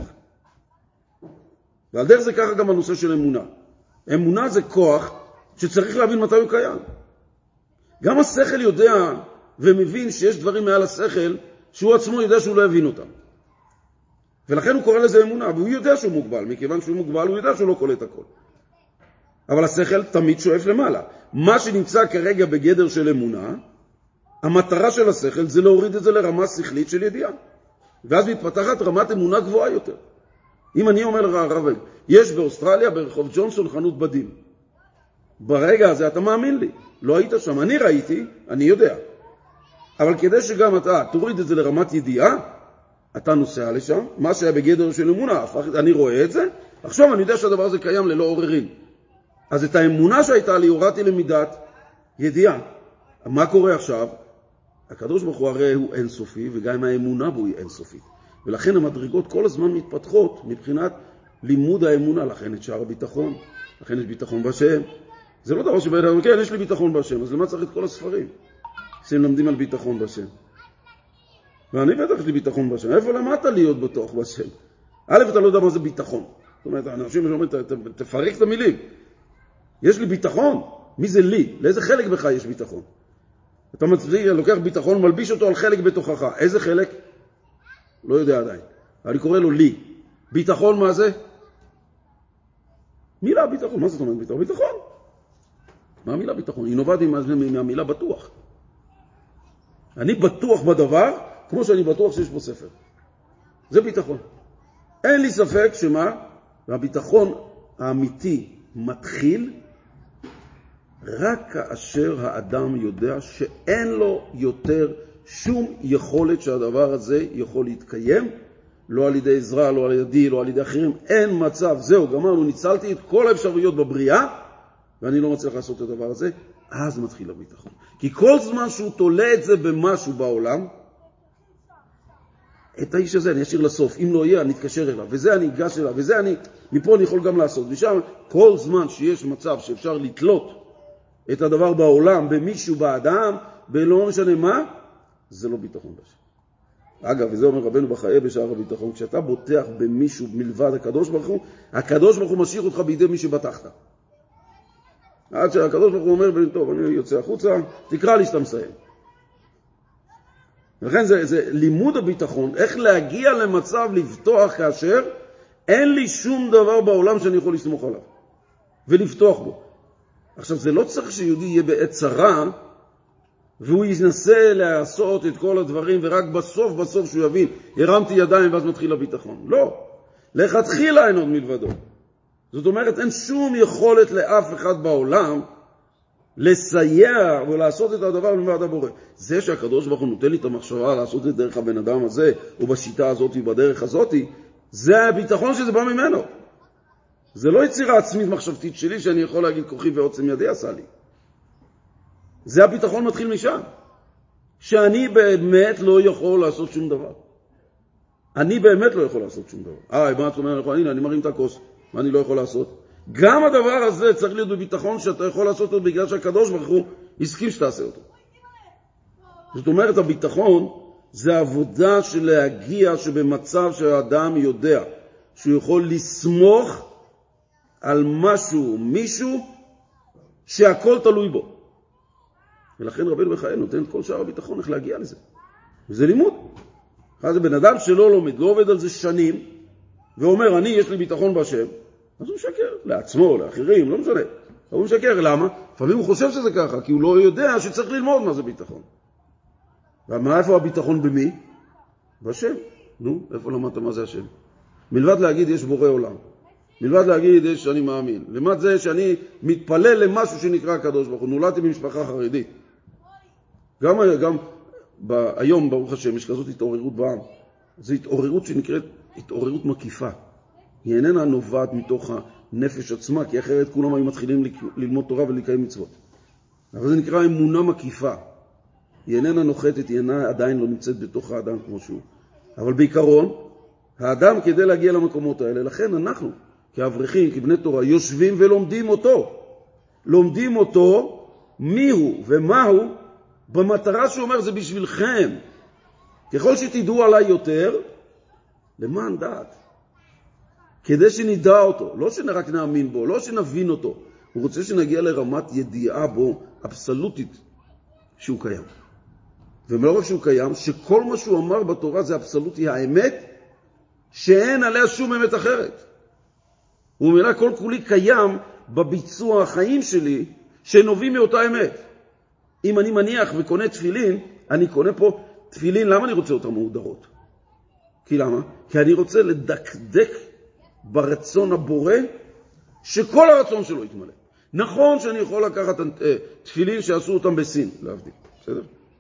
ועל דרך זה ככה גם הנושא של אמונה. אמונה זה כוח שצריך להבין מתי הוא קיים. גם השכל יודע ומבין שיש דברים מעל השכל שהוא עצמו יודע שהוא לא יבין אותם. ולכן הוא קורא לזה אמונה, והוא יודע שהוא מוגבל. מכיוון שהוא מוגבל הוא יודע שהוא לא קולט הכל. אבל השכל תמיד שואף למעלה. מה שנמצא כרגע בגדר של אמונה, המטרה של השכל זה להוריד את זה לרמה שכלית של ידיעה. ואז מתפתחת רמת אמונה גבוהה יותר. אם אני אומר לך, הרב, יש באוסטרליה ברחוב ג'ונסון חנות בדים. ברגע הזה אתה מאמין לי. לא היית שם. אני ראיתי, אני יודע. אבל כדי שגם אתה תוריד את זה לרמת ידיעה, אתה נוסע לשם, מה שהיה בגדר של אמונה, אני רואה את זה, עכשיו אני יודע שהדבר הזה קיים ללא עוררין. אז את האמונה שהייתה לי הורדתי למידת ידיעה. מה קורה עכשיו? הקדוש ברוך הוא הרי הוא אינסופי, וגם האמונה בו היא אינסופית. ולכן המדרגות כל הזמן מתפתחות מבחינת לימוד האמונה, לכן את שער הביטחון, לכן יש ביטחון בשם. זה לא דבר שבאדם אומר, כן, יש לי ביטחון בשם, אז למה צריך את כל הספרים? שהם למדים על ביטחון בשם. ואני בטח יש לי ביטחון בשם. איפה למדת להיות בטוח בשם? א', אתה לא יודע מה זה ביטחון. זאת אומרת, אנשים שאומרים, תפרק את המילים. יש לי ביטחון? מי זה לי? לאיזה חלק בך יש ביטחון? אתה לוקח ביטחון, מלביש אותו על חלק בתוכך. איזה חלק? לא יודע עדיין. אני קורא לו לי. ביטחון מה זה? מילה ביטחון. מה זאת אומרת ביטחון? ביטחון. מה המילה ביטחון? היא נובעת מהמילה בטוח. אני בטוח בדבר, כמו שאני בטוח שיש פה ספר. זה ביטחון. אין לי ספק שמה? והביטחון האמיתי מתחיל רק כאשר האדם יודע שאין לו יותר שום יכולת שהדבר הזה יכול להתקיים, לא על ידי עזרה, לא על ידי, לא על ידי אחרים. אין מצב, זהו, גמרנו, ניצלתי את כל האפשרויות בבריאה, ואני לא מצליח לעשות את הדבר הזה, אז מתחיל הביטחון. כי כל זמן שהוא תולה את זה במשהו בעולם, את האיש הזה אני אשאיר לסוף, אם לא יהיה אני אתקשר אליו, וזה אני אגש אליו, וזה אני, מפה אני יכול גם לעשות. ושם כל זמן שיש מצב שאפשר לתלות את הדבר בעולם, במישהו, באדם, בלא משנה מה, זה לא ביטחון בשם. אגב, וזה אומר רבנו בחיי בשער הביטחון, כשאתה בוטח במישהו מלבד הקדוש ברוך הוא משאיר אותך בידי מי שבטחת. עד שהקדוש ברוך הוא אומר, טוב, אני יוצא החוצה, תקרא לי שאתה מסיים. לכן זה לימוד הביטחון, איך להגיע למצב לבטוח כאשר אין לי שום דבר בעולם שאני יכול לסמוך עליו, ולבטוח בו. עכשיו, זה לא צריך שיהודי יהיה בעת צרה, והוא ינסה לעשות את כל הדברים, ורק בסוף שהוא יבין, הרמתי ידיים ואז מתחיל הביטחון. לא. לכתחילה אין עוד מלבדו. זאת אומרת, אין שום יכולת לאף אחד בעולם לסייע ולעשות את הדבר מלבד הבורא. זה שהקדוש ברוך הוא נותן לי את המחשבה לעשות את דרך הבן אדם הזה, או בשיטה הזאת ובדרך הזאת, זה הביטחון שזה בא ממנו. זה לא יצירה עצמית מחשבתית שלי שאני יכול להגיד כוחי ועוצם ידי עשה לי. זה הביטחון מתחיל משם. שאני באמת לא יכול לעשות שום דבר. אני באמת לא יכול לעשות שום דבר. מה את אומרת? הנה, אני מרים את הכוס. מה אני לא יכול לעשות? גם הדבר הזה צריך להיות בביטחון שאתה יכול לעשות אותו בגלל שהקדוש ברוך הוא הסכים שתעשה אותו. זאת אומרת, הביטחון זה עבודה של להגיע שבמצב שהאדם יודע שהוא יכול לסמוך על משהו, מישהו שהכל תלוי בו. ולכן רבנו בחיי נותן את כל שאר הביטחון איך להגיע לזה. וזה לימוד. אז בן אדם שלא לומד, לא עובד על זה שנים, ואומר, יש לי ביטחון בהשם, אז הוא משקר לעצמו, לאחרים, לא משנה. הוא משקר, למה? לפעמים הוא חושב שזה ככה, כי הוא לא יודע שצריך ללמוד מה זה ביטחון. ומה, איפה הביטחון במי? בהשם. נו, איפה למדת מה זה השם? מלבד להגיד יש בורא עולם. מלבד להגיד יש אני מאמין. למד זה שאני מתפלל למשהו שנקרא הקדוש ברוך הוא. נולדתי במשפחה חרדית. גם היום, ברוך השם, יש כזאת התעוררות בעם. זו התעוררות שנקראת התעוררות מקיפה. היא איננה נובעת מתוך הנפש עצמה, כי אחרת כולם היו מתחילים ללמוד תורה ולקיים מצוות. אבל זה נקרא אמונה מקיפה. היא איננה נוחתת, היא עדיין לא נמצאת בתוך האדם כמו שהוא. אבל בעיקרון, האדם כדי להגיע למקומות האלה, לכן אנחנו, כאברכים, כבני תורה, יושבים ולומדים אותו. לומדים אותו מיהו ומהו, במטרה שאומר זה בשבילכם. ככל שתדעו עליי יותר, למען דעת. כדי שנדע אותו, לא שרק נאמין בו, לא שנבין אותו. הוא רוצה שנגיע לרמת ידיעה בו אבסולוטית שהוא קיים. ולא רק שהוא קיים, שכל מה שהוא אמר בתורה זה אבסולוטי האמת, שאין עליה שום אמת אחרת. הוא אומר, כל כולי קיים בביצוע החיים שלי, שנובעים מאותה אמת. אם אני מניח וקונה תפילין, אני קונה פה תפילין, למה אני רוצה אותן מהודרות? כי למה? כי אני רוצה לדקדק ברצון הבורא, שכל הרצון שלו יתמלא. נכון שאני יכול לקחת תפילין שעשו אותם בסין, להבדיל, בסדר?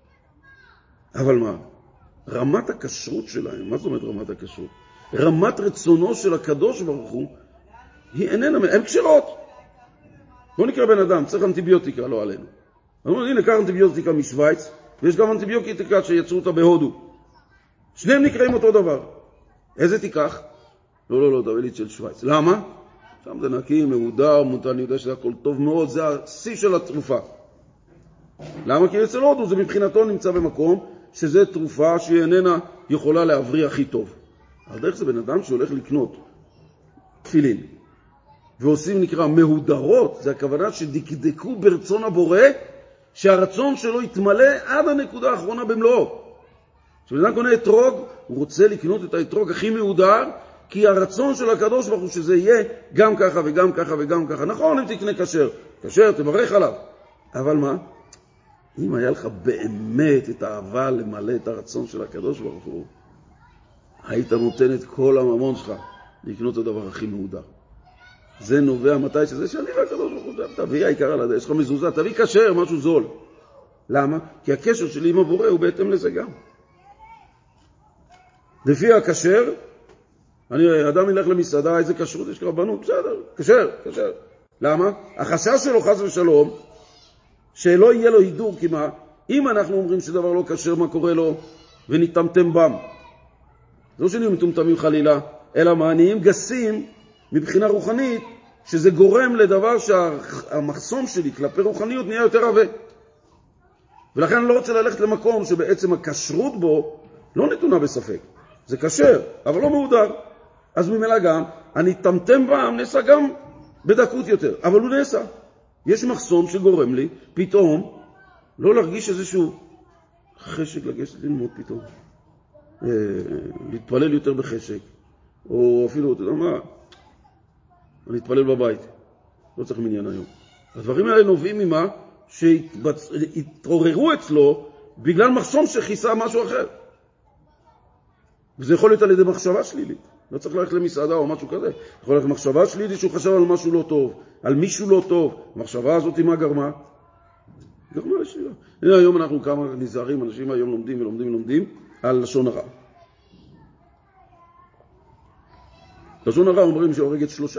אבל מה? רמת הכשרות שלהם, מה זאת אומרת רמת הכשרות? רמת רצונו של הקדוש ברוך הוא, היא איננה, הן כשרות. בוא נקרא בן אדם, צריך אנטיביוטיקה, לא עלינו. אמרו, הנה, קח אנטיביוטיקה משוויץ, ויש גם אנטיביוטיקה שיצרו אותה בהודו. שניהם נקראים אותו דבר. איזה תיקח? לא, דבלית של שוויץ. למה? שם זה נקי, מהודר, מותר, אני יודע שזה הכל טוב מאוד, זה השיא של התרופה. למה? כי אצל הודו זה מבחינתו נמצא במקום שזה תרופה שהיא איננה יכולה להבריא הכי טוב. על דרך זה בן אדם שהולך לקנות תפילין, ועושים נקרא מהודרות, זה הכוונה שדקדקו ברצון הבורא, שהרצון שלו יתמלא עד הנקודה האחרונה במלואו. כשבן אדם קונה אתרוג, הוא רוצה לקנות את האתרוג הכי מהודר, כי הרצון של הקדוש ברוך הוא שזה יהיה גם ככה וגם ככה וגם ככה. נכון, אם תקנה כשר, תברך עליו. אבל מה? אם היה לך באמת את האהבה למלא את הרצון של הקדוש ברוך הוא, היית נותן את כל הממון שלך לקנות את הדבר הכי מהודר. זה נובע מתי שזה שאני והקדוש ברוך הוא, תביא העיקר על הדרך, יש לך מזוזה, תביא כשר, משהו זול. למה? כי הקשר שלי עם הבורא הוא בהתאם לזה גם. לפי הכשר, אדם ילך למסעדה, איזה כשרות יש כרבנות, בסדר, כשר. למה? החשש שלו חס ושלום, שלא יהיה לו הידור, כי מה? אם אנחנו אומרים שדבר לא כשר, מה קורה לו? ונתמתם בם. זה לא שנהיו מטומטמים חלילה, אלא מעניים גסים מבחינה רוחנית, שזה גורם לדבר שהמחסום שלי כלפי רוחניות נהיה יותר עבה. ולכן אני לא רוצה ללכת למקום שבעצם הכשרות בו לא נתונה בספק. זה כשר, אבל לא מהודר. אז ממילא גם, אני תמתם בם נעשה גם בדקות יותר, אבל הוא נעשה. יש מחסום שגורם לי פתאום לא להרגיש איזשהו חשק לגשת ללמוד פתאום. להתפלל יותר בחשק. או אפילו, אתה יודע מה, אני אתפלל בבית. לא צריך מניין היום. הדברים האלה נובעים ממה שהתעוררו אצלו בגלל מחסום שחיסה משהו אחר. וזה יכול להיות על ידי מחשבה שלילית. לא צריך ללכת למסעדה או משהו כזה. יכול להיות מחשבה שלילית שהוא חשב על משהו לא טוב, על מישהו לא טוב. המחשבה הזאת מה גרמה? גרמה לשלילה. הנה היום אנחנו כמה נזהרים, אנשים היום לומדים על לשון הרע. לשון הרע אומרים שהורגת 3.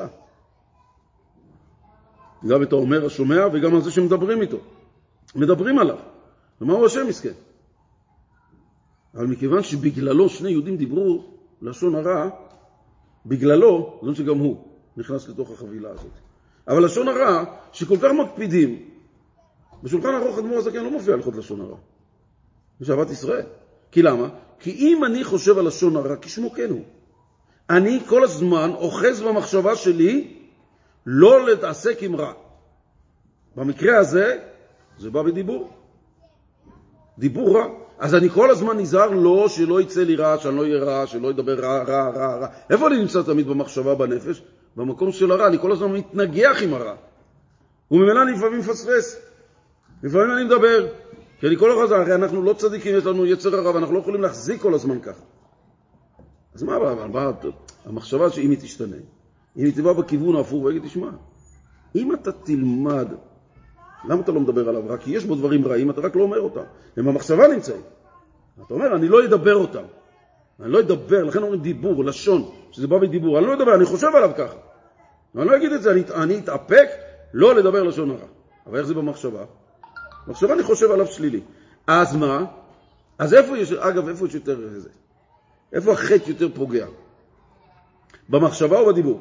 גם את האומר השומע וגם על זה שמדברים איתו. מדברים עליו. ומה הוא השם מסכן? אבל מכיוון שבגללו 2 יהודים דיברו לשון הרע, בגללו, זאת שגם הוא נכנס לתוך החבילה הזאת. אבל לשון הרע, שכל כך מקפידים, בשולחן ערוך אדמו"ר הזקן לא מופיע הלכות לשון הרע. יש אהבת ישראל. כי למה? כי אם אני חושב על לשון הרע, כשמו כן הוא. אני כל הזמן אוחז במחשבה שלי לא להתעסק עם רע. במקרה הזה, זה בא בדיבור. דיבור רע. אז אני כל הזמן נזהר לא, שלא יצא לי רע, שאני לא יהיה רע, שלא ידבר רע. איפה אני נמצא תמיד במחשבה בנפש? במקום של הרע. אני כל הזמן מתנגח עם הרע. וממילא אני לפעמים מפספס. לפעמים אני מדבר. כי אני כל הזמן, הרי אנחנו לא צדיקים, יש לנו יצר הרע, ואנחנו לא יכולים להחזיק כל הזמן כך. אז מה המחשבה שאם היא תשתנה? אם היא תבוא בכיוון ההפוך ויגיד, תשמע, אם אתה תלמד, למה אתה לא מדבר עליו רע? כי יש בו דברים רעים, אתה רק לא אומר אותם. הם המחשבה נמצאים. אתה אומר, אני לא אדבר אותם. אני לא אדבר, לכן אומרים דיבור, לשון, שזה בא בדיבור. אני לא אדבר, אני חושב עליו ככה. אני לא אגיד את זה, אני אתאפק לא לדבר לשון הרע. אבל איך זה במחשבה? במחשבה אני חושב עליו שלילי. אז מה? אז איפה יש, אגב, איפה יש יותר זה? איפה החטא יותר פוגע? במחשבה או בדיבור?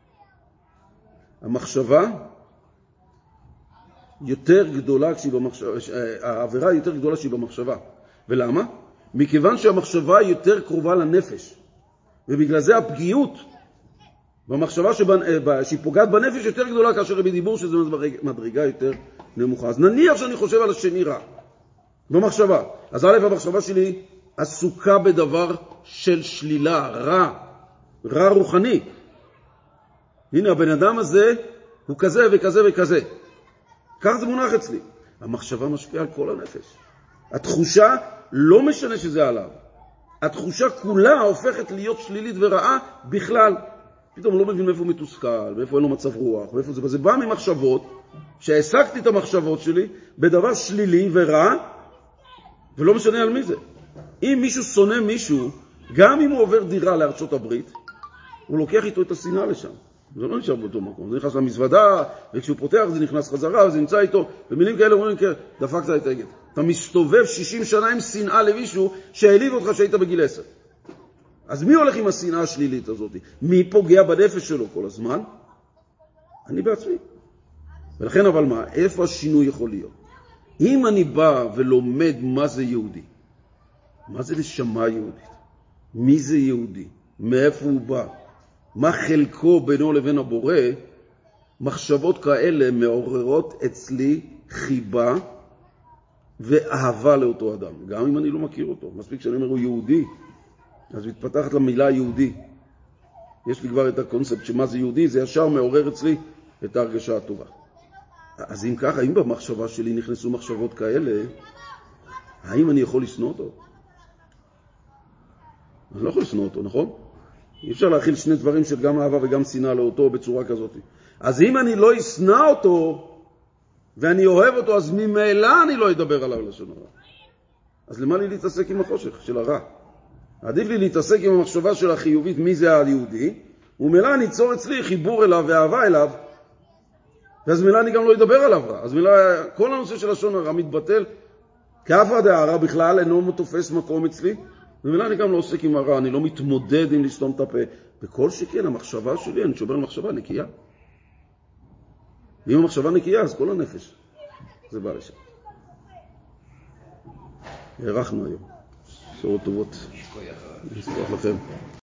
המחשבה יותר גדולה כשהיא במחשבה, העבירה יותר גדולה כשהיא במחשבה. ולמה? מכיוון שהמחשבה היא יותר קרובה לנפש. ובגלל זה הפגיעות במחשבה שהיא פוגעת בנפש יותר גדולה כאשר היא בדיבור, שזה מדרגה יותר נמוכה. אז נניח שאני חושב על השני רע במחשבה. אז א', המחשבה שלי עסוקה בדבר של שלילה, רע רוחני. הנה, הבן אדם הזה הוא כזה וכזה וכזה. כך זה מונח אצלי. המחשבה משפיעה על כל הנפש. התחושה לא משנה שזה עליו. התחושה כולה הופכת להיות שלילית ורעה בכלל. פתאום לא מבין מאיפה הוא מתוסכל, מאיפה אין לו מצב רוח, מאיפה זה. וזה בא ממחשבות, שהעסקתי את המחשבות שלי בדבר שלילי ורע, ולא משנה על מי זה. אם מישהו שונא מישהו, גם אם הוא עובר דירה לארצות הברית, הוא לוקח איתו את השנאה לשם. זה לא נשאר באותו מקום. זה נכנס למזוודה, וכשהוא פותח זה נכנס חזרה, וזה נמצא איתו. במילים כאלה אומרים, דפקת את האגד. אתה מסתובב 60 שנה עם שנאה למישהו שהעליב אותך שהיית בגיל 10. אז מי הולך עם השנאה השלילית הזאת? מי פוגע בנפש שלו כל הזמן? אני בעצמי. ולכן אבל מה? איפה השינוי יכול להיות? אם אני בא ולומד מה זה יהודי, מה זה נשמה יהודית? מי זה יהודי? מאיפה הוא בא? מה חלקו בינו לבין הבורא? מחשבות כאלה מעוררות אצלי חיבה ואהבה לאותו אדם, גם אם אני לא מכיר אותו. מספיק שאני אומר הוא יהודי, אז מתפתחת למילה יהודי. יש לי כבר את הקונספט שמה זה יהודי, זה ישר מעורר אצלי את ההרגשה הטובה. אז אם ככה, אם במחשבה שלי נכנסו מחשבות כאלה, האם אני יכול לשנוא אותו? אני לא יכול לשנוא אותו, נכון? אי אפשר להכיל שני דברים של גם אהבה וגם שנאה לאותו בצורה כזאת. אז אם אני לא אשנא אותו, ואני אוהב אותו, אז ממילא אני לא אדבר עליו לשון הרע. אז למה לי להתעסק עם החושך של הרע? עדיף לי להתעסק עם המחשבה של החיובית, מי זה היהודי, וממילא אני אצור אצלי חיבור אליו ואהבה אליו, ואז מילא אני גם לא אדבר עליו רע. אז מילא כל הנושא של לשון הרע מתבטל, כאפה דהרע בכלל אינו תופס מקום אצלי, ומילא אני גם לא עוסק עם הרע, אני לא מתמודד עם לסתום את הפה. בכל שכן המחשבה שלי, אני שומר על מחשבה נקייה. ואם המחשבה נקייה, אז כל הנפש זה בא לשם. הערכנו היום. בשורות טובות. נשכוח לכם.